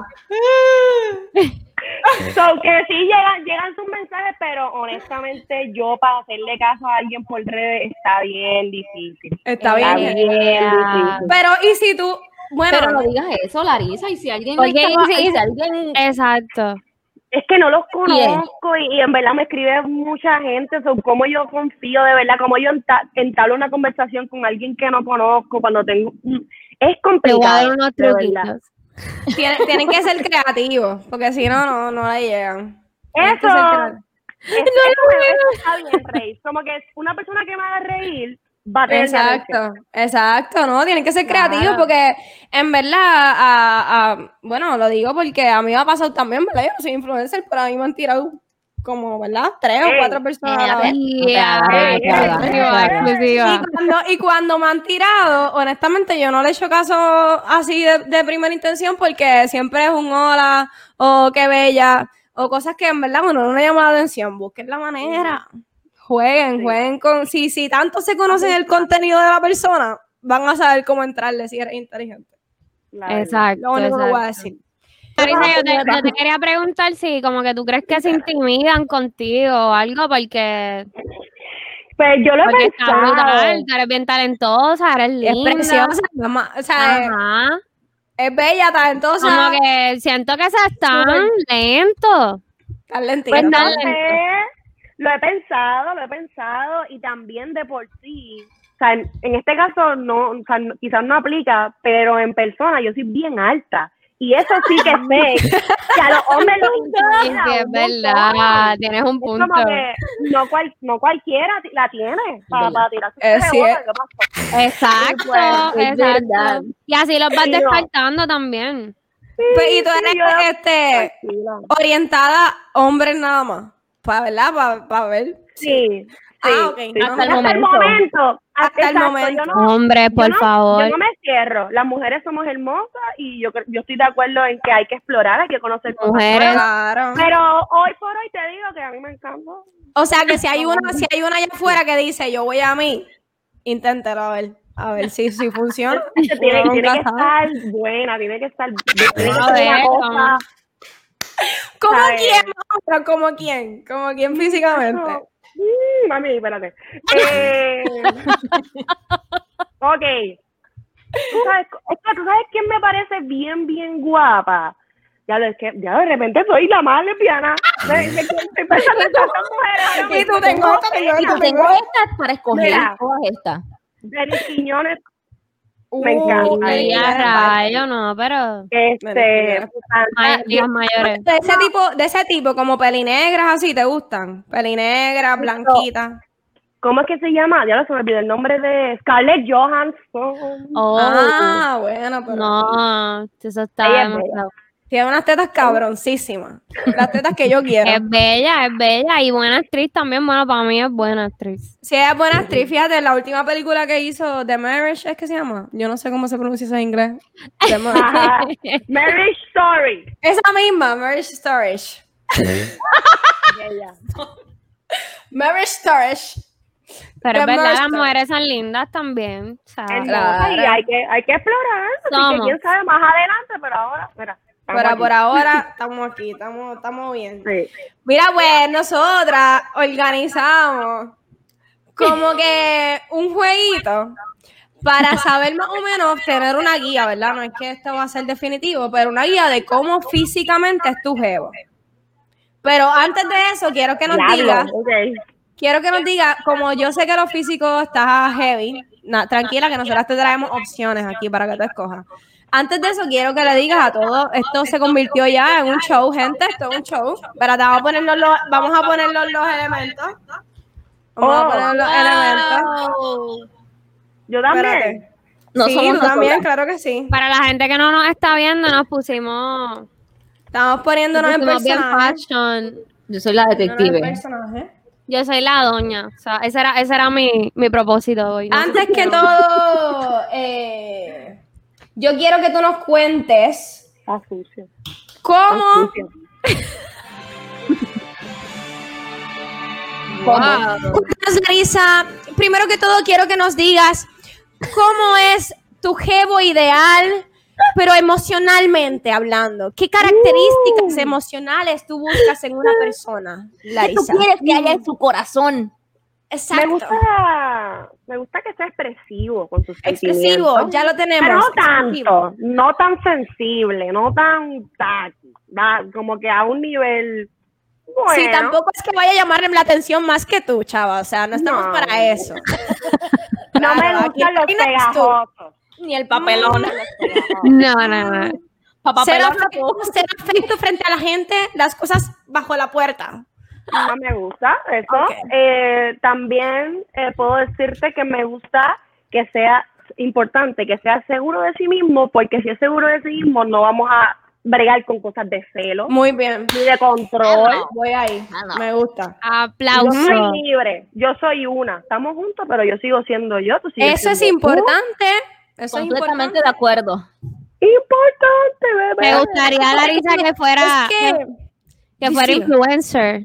So, que sí llegan sus mensajes, pero honestamente yo para hacerle caso a alguien por redes está bien difícil. Está bien. difícil. Pero, ¿y si tú? Bueno, Pero no digas eso, Larisa, y si alguien Porque estaba- y si- y si alguien Exacto. Es que no los conozco y en verdad me escribe mucha gente sobre cómo yo confío de verdad, cómo yo entablo una conversación con alguien que no conozco cuando tengo... Es Te voy a complicado, dar unos de verdad. truquitos. tienen que ser creativos, porque si no, no le llegan. Tienen que Eso, ser creativos. eso está bien, Rey. Como que una persona que me haga reír va a tener mi atención. Exacto, ¿no? Tienen que ser creativos porque en verdad, bueno, lo digo porque a mí me ha pasado también, ¿verdad? Yo no soy influencer, pero a mí me han tirado como, ¿verdad? 3 o 4 personas a la vez. Exclusiva. Y cuando me han tirado, honestamente, yo no le he hecho caso así de primera intención porque siempre es un hola o qué bella o cosas que en verdad no le llaman la atención. Busquen la manera. Jueguen con... Si tanto se conocen el contenido de la persona, van a saber cómo entrarle si eres inteligente. Exacto. Lo único que voy a decir. Marisa, yo te quería preguntar si como que tú crees que se intimidan contigo o algo porque Pues yo lo he está brutal, pensado. tú eres bien talentosa, eres Es linda. preciosa, mamá. O sea, Ajá. es bella, talentosa. Como que siento que se están lentos. Talentosa. Pues No dale. sé, lo he pensado y también de por sí, o sea, en este caso no, o sea, quizás no aplica, pero en persona yo soy bien alta y eso sí que sé que a los hombres los Sí, intimida sí, es un verdad, montón. tienes un Es punto. como que no cualquiera la tiene para tirar su Es rebota, ¿qué pasó? Exacto, es verdad. exacto. Y así los vas Sí, no. descartando también. Pues, y tú Sí, eres yo- Tranquila. orientada a hombres nada más. ¿Verdad? Para ver. Sí, Ah, ok. sí. Hasta el Hasta el momento. Hasta el Exacto, momento. yo no, Hombre, por favor. Yo no me cierro. Las mujeres somos hermosas y yo estoy de acuerdo en que hay que explorar, hay que conocer cosas Mujeres. nuevas. Claro. Pero hoy por hoy te digo que a mí me encanta. O sea que si hay una allá afuera que dice yo voy a mí, inténtalo a ver si funciona. Tiene Uno que nunca sabe. estar buena, tiene que estar tiene que A ser ver, una cosa. ¿Cómo ¿sabes? quién, mamá? Pero ¿Cómo quién? ¿Cómo quién físicamente? Mami, espérate. Ok. ¿Tú sabes quién me parece bien guapa? Ya de repente soy la más lesbiana. Estoy pensando en tantas mujeres ahora Y mismo. tú tengo esta, tengo esta, tengo Tengo esta. estas para escoger, Mira. todas estas. Denis Quiñones, me encanta. Ay, a rayo, no, pero las mayores. De ese tipo, como pelinegras así, ¿te gustan? Pelinegras, blanquitas. ¿cómo es que se llama? Ya se me olvidó el nombre de Scarlett Johansson. Oh, Ah, bueno, pero no, eso está Ella es demasiado. tiene unas tetas cabroncísimas. Las tetas que yo quiero. Es bella y buena actriz también. Bueno, para mí es buena actriz. Si ella es buena actriz, fíjate, la última película que hizo, The Marriage, ¿es que se llama? Yo no sé cómo se pronuncia eso en inglés. The Marriage. Ajá. Marriage Story. Esa misma, Marriage Story. Ella. Marriage Story. Pero es The verdad, las Marriage mujeres son lindas también. O sea, Hermosa, y hay que explorar. Así que Somos. quién sabe más adelante, pero ahora, mira. estamos Pero aquí. por ahora estamos aquí, estamos bien. Sí. Mira, pues nosotras organizamos como que un jueguito para saber más o menos tener una guía, ¿verdad? No es que esto va a ser definitivo, pero una guía de cómo físicamente es tu jevo. Pero antes de eso, quiero que nos digas, como yo sé que lo físico está heavy, tranquila que nosotras te traemos opciones aquí para que tú escojas. Antes de eso, quiero que le digas a todos, esto se convirtió ya en un show, gente, esto es un show. Espérate, vamos a poner los elementos. Vamos a poner los elementos. Yo también. Espérate. No Sí, somos tú también, nosotras. claro que sí. para la gente que no nos está viendo, nos pusimos Estamos poniéndonos en bien personaje. fashion. Yo soy la detective. Yo soy la doña. O sea, ese era mi propósito hoy. No sé Antes si que no. todo, yo quiero que tú nos cuentes Está sucio. cómo... Sucio. Cuéntanos, Larisa, primero que todo quiero que nos digas cómo es tu jevo ideal, pero emocionalmente hablando. ¿Qué características emocionales tú buscas en una persona, ¿Qué tú Larisa? quieres que haya en su corazón? Exacto. Me gusta que sea expresivo con sus Expresivo, sentimientos. ya lo tenemos. Pero no expresivo. tanto, no tan sensible, no tan tacky, como que a un nivel bueno. Sí, tampoco es que vaya a llamarle la atención más que tú, chava. O sea, no estamos No. para eso. No Claro, me aquí gustan los eres tú. pegajosos. Ni el papelón. No. Cero afecto frente a la gente, las cosas bajo la puerta. No me gusta eso. Ok. También puedo decirte que me gusta que sea importante, que sea seguro de sí mismo, porque si es seguro de sí mismo no vamos a bregar con cosas de celo, Muy bien. ni de control. No. Voy ahí. no. Me gusta. Yo Aplausos. soy libre, yo soy una. Estamos juntos, pero yo sigo siendo yo, tú sigues Eso es siendo tú. importante. Eso es Completamente importante. de acuerdo. Importante, bebé. Me gustaría, Larisa, que fuera, Es que fuera Decime. influencer.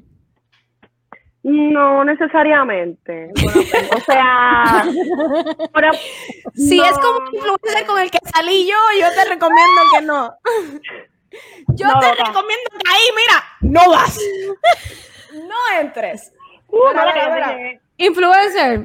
No necesariamente. Bueno, o sea, pero, Si no, es como un influencer con el que salí yo te recomiendo que no. Yo No, te loca. recomiendo que ahí, mira, no vas. No entres. no Mira, la mira, mira. dejé. Influencer.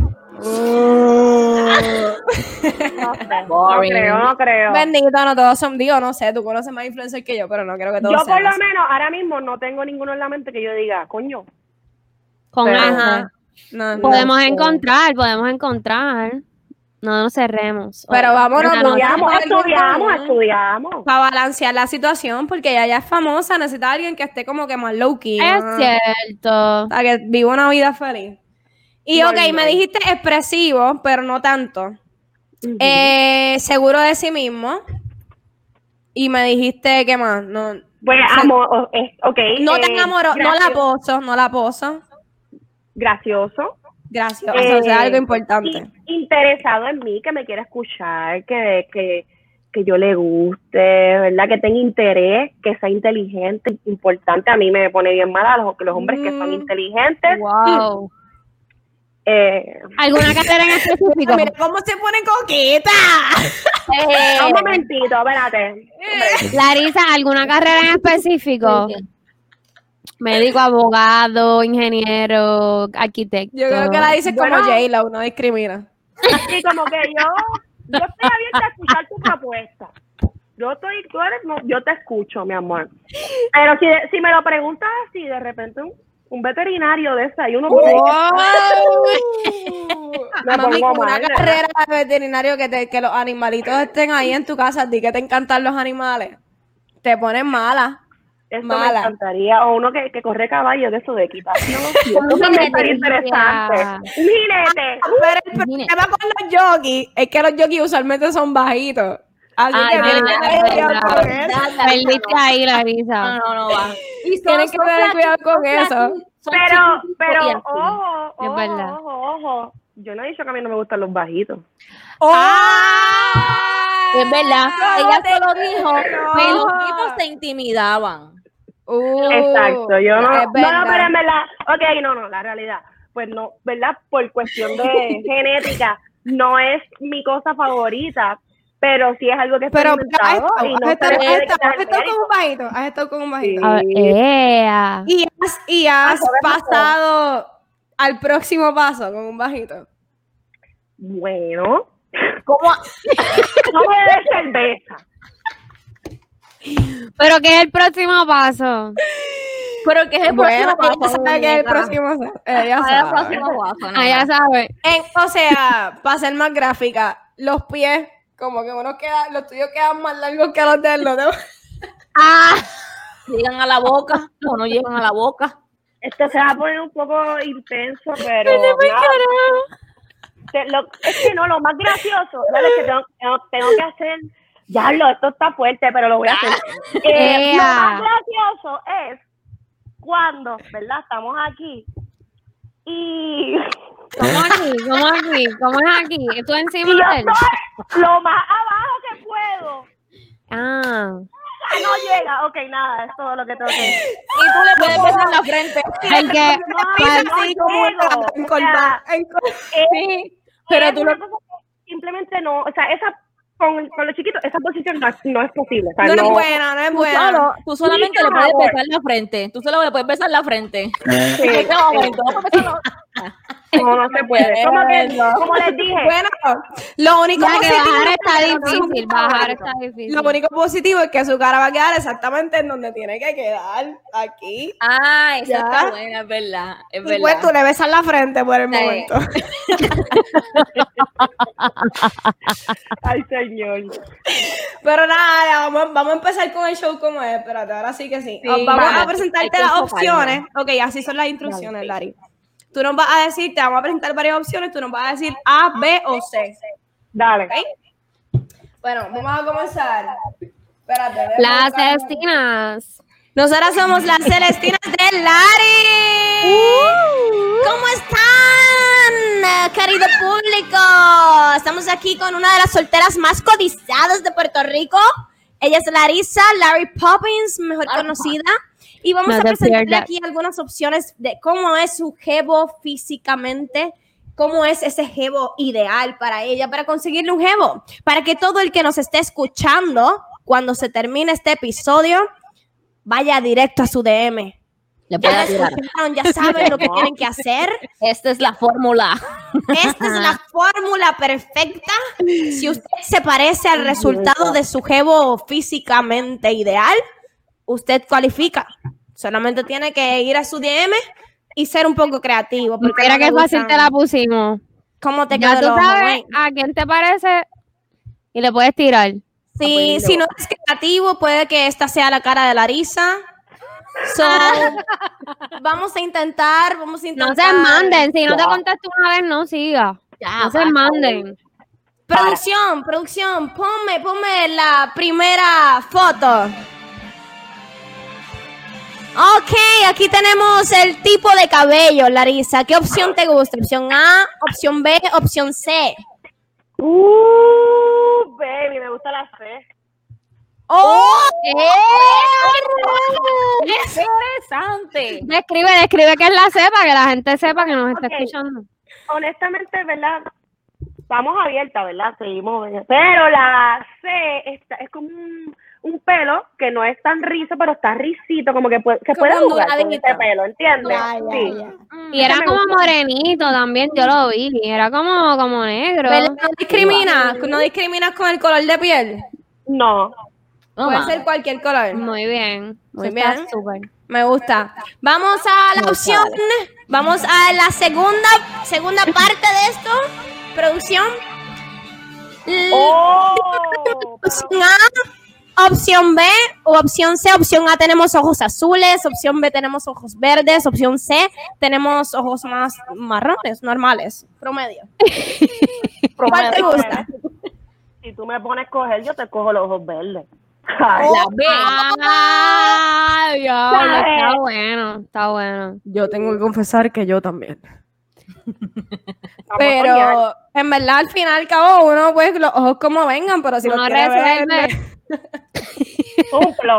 No sé, Boring. no creo. Bendito, no todos son, digo, no sé, tú conoces más influencer que yo, pero no creo que todos Yo por sean lo así. menos ahora mismo no tengo ninguno en la mente que yo diga, coño. Con Pero- ese. Ajá. No, Podemos sé. encontrar. No nos cerremos. Pero vámonos, Ya no sé. Estudiamos. Para balancear la situación, porque ella ya es famosa, necesita a alguien que esté como que más low-key. Es ¿no? cierto. Para que viva una vida feliz. Y Normal. ok, me dijiste expresivo, pero no tanto. Ujú. Seguro de sí mismo. Y me dijiste, ¿qué más? No, Pues, amor, ok. no te enamoró, no la poso. Gracioso. Gracias, o sea, algo importante. Interesado en mí, que me quiera escuchar, que yo le guste, ¿verdad? Que tenga interés, que sea inteligente, importante. A mí me pone bien mal a los hombres que son inteligentes. Wow. Eh, ¿Alguna carrera en específico? Mira cómo se pone coqueta. un momentito, espérate. Larisa, ¿alguna carrera en específico? Médico, abogado, ingeniero, arquitecto. Yo creo que la dices Bueno. como J-Lo, no discrimina. Sí, como que yo estoy abierta a escuchar tu propuesta. Yo te escucho, mi amor. Pero si me lo preguntas así, de repente un veterinario de ese, hay uno por ahí Me Mami, pongo con una mal, ¿verdad? carrera de veterinario que los animalitos estén ahí en tu casa, a ti que te encantan los animales, te ponen mala. Eso mala. me encantaría. O uno que corre caballo de eso de equitación. Sí, eso también estaría interesante. Un jinete. Pero el problema con los jockeys es que los jockeys usualmente son bajitos. Así que tienen que tener cuidado con eso. Perdiste ahí, Larisa. No va. Tienen que tener cuidado con eso. Pero ojo, Es verdad. ojo. Yo no he dicho que a mí no me gustan los bajitos. Es verdad. Ella solo dijo que los no. tipos se intimidaban. Exacto, yo no. es verdad. No, pero en verdad, ok, no, la realidad, pues no, ¿verdad? Por cuestión de genética, no es mi cosa favorita, pero sí es algo que he Pero experimentado y no se le puede quitar has estado mérito. con un bajito. Has estado con un bajito. A ver, ea. Y has Ah, ¿sabes? pasado al próximo paso con un bajito. Bueno, ¿Cómo? no me des cerveza. ¿Pero qué es el próximo paso? Pero que es el Bueno, próximo ella paso. sabe que es el muñeca. próximo. Ella ¿Cuál es el sabe. próximo paso? Ah, ya sabes. O sea, para ser más gráfica, los pies, como que los tuyos quedan más largos que los de él. ¿No? Llegan a la boca o no llegan a la boca. Esto se va a poner un poco intenso, pero nada. Es que no, lo más gracioso, ¿vale? Es que tengo que hacer. Diablo, esto está fuerte, pero lo voy a hacer. Lo más gracioso es cuando, ¿verdad? Estamos aquí y ¿Cómo es aquí? ¿Tú y encima yo de él? estoy lo más abajo que puedo. Ah. No llega. Ok, nada, es todo lo que tengo que decir. Y tú le puedes besar la frente. El que... Así como llego. encorvada. Sí, pero es tú una cosa que simplemente no, o sea, esa con los chiquitos, esa posición no es posible. O sea, No es buena, no es buena. Tú solamente Sí, le puedes por favor. besar la frente. Tú solo le puedes besar la frente. Sí. En este momento. Porque eso no se puede. Como les dije, Bueno, lo único Ya que positivo bajar es está que difícil, bajar está difícil. lo único positivo es que su cara va a quedar exactamente en donde tiene que quedar, aquí. Ah, esa Ya. está buena, es verdad. Es Y pues tú le besas la frente por el Sí. momento. ay señor. Pero nada, vamos a empezar con el show como es. Espérate, ahora sí que sí. Sí, Vamos vamos, a presentarte hay que las enfocarnos. opciones. Ok, así son las instrucciones, Lari. Tú nos vas a decir, te vamos a presentar varias opciones, tú nos vas a decir A, B o C. Dale. ¿Ok? Bueno, vamos a comenzar. Espérate, Las Celestinas. Nosotras somos las Celestinas de Lari. ¿Cómo están, querido público? Estamos aquí con una de las solteras más codiciadas de Puerto Rico. Ella es Larissa, Larry Poppins, mejor conocida. Y vamos a presentarle aquí algunas opciones de cómo es su jevo físicamente, cómo es ese jevo ideal para ella, para conseguirle un jevo. Para que todo el que nos esté escuchando, cuando se termine este episodio, vaya directo a su DM. Le puede tirar. Ya saben lo que tienen que hacer. Esta es la fórmula. Esta es la fórmula perfecta. Si usted se parece al resultado de su jevo físicamente ideal, usted cualifica. Solamente tiene que ir a su DM y ser un poco creativo. Porque Mira qué fácil te la pusimos. ¿Cómo te Ya quedó tú el ojo, sabes güey? a quién te parece y le puedes tirar. Sí, si no es creativo, puede que esta sea la cara de Larissa. So, vamos a intentar. No se manden. Si no te contesto una vez, no siga. No se manden. Producción, ponme la primera foto. Ok, aquí tenemos el tipo de cabello, Larissa. ¿Qué opción te gusta? ¿Opción A, opción B, opción C? Baby, me gusta la C. ¡Oh! ¡Es interesante! Describe qué es la C para que la gente sepa que nos está escuchando. Honestamente, ¿verdad? Estamos abiertas, ¿verdad? Seguimos. Pero la C es como un pelo que no es tan rizo, pero está risito, como que puede Como jugar con doradito. ese pelo, ¿entiendes? Ya. Y era como morenito también, yo lo vi. Y era como negro. ¿Verdad? No discriminas con el color de piel. No. Puede ser cualquier color. Muy bien. Muy Está bien. súper. Me gusta. Vamos a la opción. Vamos a la segunda parte de esto. Producción. Opción A, opción B o opción C. Opción A tenemos ojos azules, opción B tenemos ojos verdes, opción C tenemos ojos más marrones, normales, promedio. ¿Cuál te gusta? Si tú me pones a escoger, yo te cojo los ojos verdes. La B. Diablo, está bueno, está bueno. Yo tengo que confesar que yo también. Vamos a coñar. Pero en verdad al final al cabo uno pues los ojos como vengan, pero si Uno los quiere ver, resuelve. Un plus.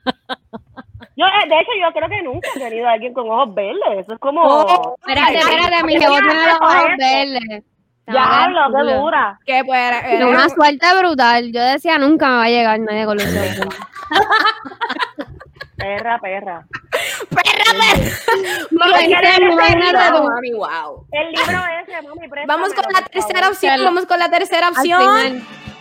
De hecho, yo creo que nunca he tenido a alguien con ojos verdes. Eso es como... Espérate, mi jevo tiene los ojos verdes. Diablo, qué dura. que pues, Una suerte brutal. Yo decía, nunca me va a llegar nadie con los ojos verdes. Perra. Imagínate tú. Mami, wow. El libro ese, mami, préstame. vamos con la tercera opción, Al opción. final.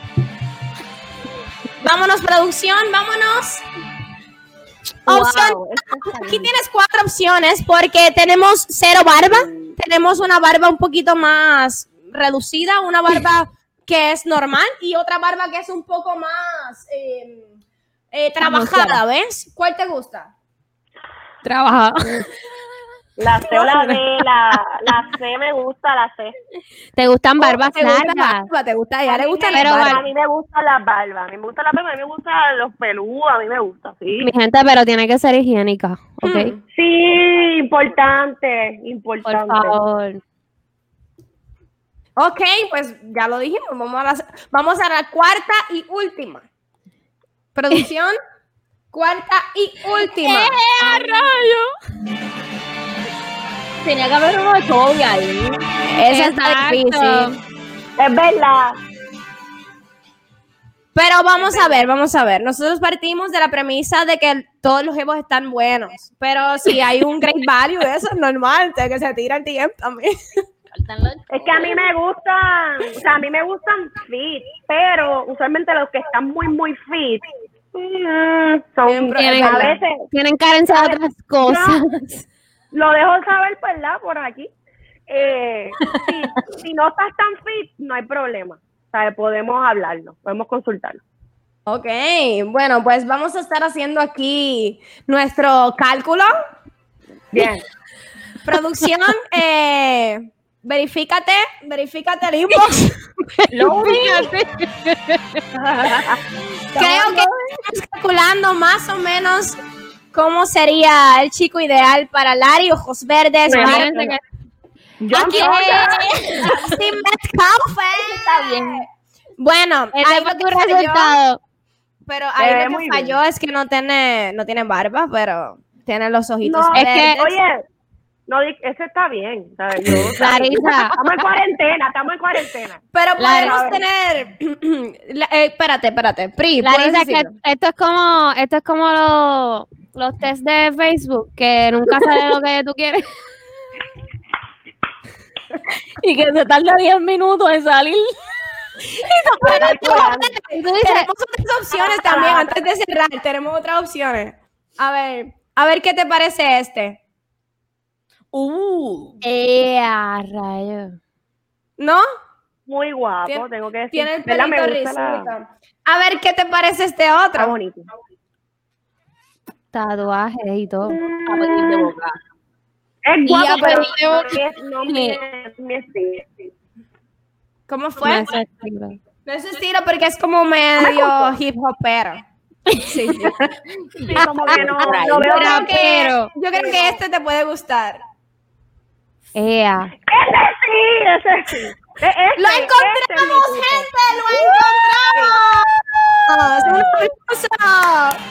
Vámonos, producción, vámonos. Opción. Aquí tienes 4 opciones porque tenemos 0 barba, tenemos una barba un poquito más reducida, una barba que es normal y otra barba que es un poco más trabajada, ¿ves? ¿Cuál te gusta? Trabaja. La C o la D, la C me gusta, la C. ¿Te gustan barbas ¿Te gusta la largas? barba? ¿Te gusta? ¿Ya le gusta la Pero barba? A mí me gusta la barba, a mí me gusta la barba, a mí me gustan los peludos, a mí me gusta, sí. Mi gente, pero tiene que ser higiénica, ¿ok? Sí, importante. Por favor. Ok, pues ya lo dijimos. Vamos a la cuarta y última. Producción, cuarta y última. Tenía que haber uno de Toby ahí. Esa está difícil. Es verdad. Pero vamos a ver. Nosotros partimos de la premisa de que todos los jevos están buenos. Pero si hay un great value, eso es normal. O sea, que se tira el tiempo también. Es que a mí me gustan, o sea, a mí me gustan fit, pero usualmente los que están muy fit son a veces Tienen carencia de otras cosas. lo dejo saber, ¿verdad? Por aquí. Si no estás tan fit, no hay problema. O sea, podemos hablarlo, podemos consultarlo. Ok, bueno, pues vamos a estar haciendo aquí nuestro cálculo. Bien. Producción, verifícate el inbox. Creo que estamos calculando más o menos cómo sería el chico ideal para Lari, ojos verdes. Imagínate que Aquí Steve Metcalfe. Está bien. Bueno, ese ahí fue lo tu que falló, resultado. pero Se ahí ve lo muy que falló es que no tiene barba, pero tiene los ojitos No, es que- verdes. oye, no, ese está bien. ¿Sabes? Larisa. Estamos en cuarentena. Pero podemos Larisa. tener. Espérate. Pri, ¿puedes Larisa, que decirlo? esto es como los test de Facebook, que nunca sabes lo que tú quieres. Y que se tarda 10 minutos en salir. Y tú dices, Tenemos otras opciones también, antes de cerrar, tenemos otras opciones. A ver qué te parece este. rayo. ¿No? Muy guapo, Tiene- tengo que decir. Tiene el ¿Verdad? Me pelito gusta rizito. A ver qué te parece este Está otro. bonito. Tatuajes y todo. A pedir de boca. Es guapo, a pero pedir no es mi estilo. ¿Cómo No fue? es estilo. No es su estilo porque es como medio hip hopero. Sí. Sí, como que no, Por ahí. lo veo Rapero. Yo creo que este te puede gustar. Ea. Ese sí. ¡Lo encontramos, gente! ¡Lo encontramos! ¡Es una cosa!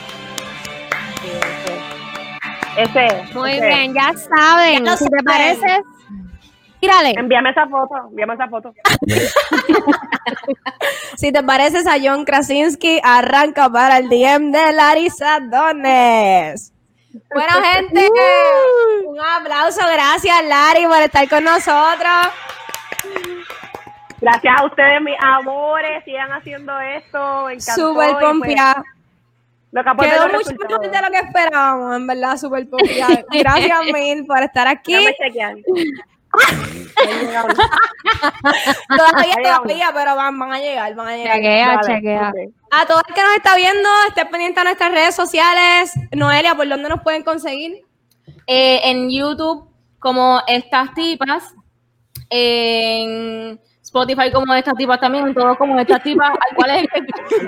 Ese. Muy ese. bien, ya saben. Ya lo Si te saben. pareces, tírale. Envíame esa foto. Si te pareces a John Krasinski, arranca para el DM de Larisa Dones. Bueno, gente, un aplauso. Gracias, Lari, por estar con nosotros. Gracias a ustedes, mis amores. Sigan haciendo esto. Me encantó. Súper y, pues, pompeada. lo que aporta Quedó los mucho resultados. mejor de lo que esperábamos, en verdad, súper pompeada. Gracias, Mil, por estar aquí. Déjame chequear. Todavía, pero van a llegar. Chequea, Vale, chequea. ok. A todo el que nos está viendo, esté pendiente a nuestras redes sociales. Noelia, ¿por dónde nos pueden conseguir? En YouTube, como Estas Tipas. En Spotify, como Estas Tipas también. En todos como Estas Tipas. ¿Cuál es el que?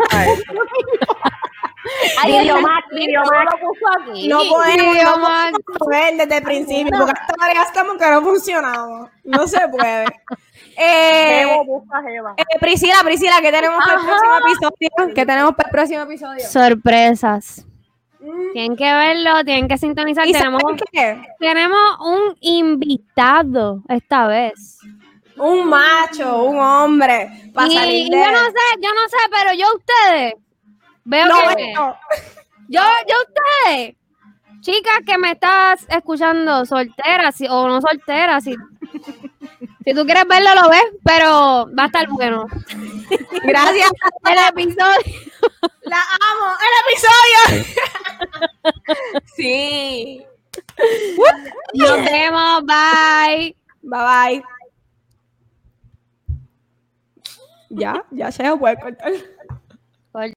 Videomax. Lo puso aquí. No podemos Videomax. ver desde el principio, porque hasta ahora ya estamos que no funcionamos. No se puede. Evo busca Jeva. Priscila, ¿qué tenemos para el próximo episodio? Sorpresas. Tienen que verlo, tienen que sintonizar. ¿Y Tenemos saben qué? un invitado esta vez. Un macho, un hombre, para salir Y de... yo no sé, pero yo ustedes veo No, que no. yo ustedes, chicas que me estás escuchando, solteras o no solteras, si tú quieres verlo lo ves, pero va a estar bueno. Gracias. El episodio. La amo. El episodio. Sí. Nos vemos, bye. Bye bye. Ya se puede cortar.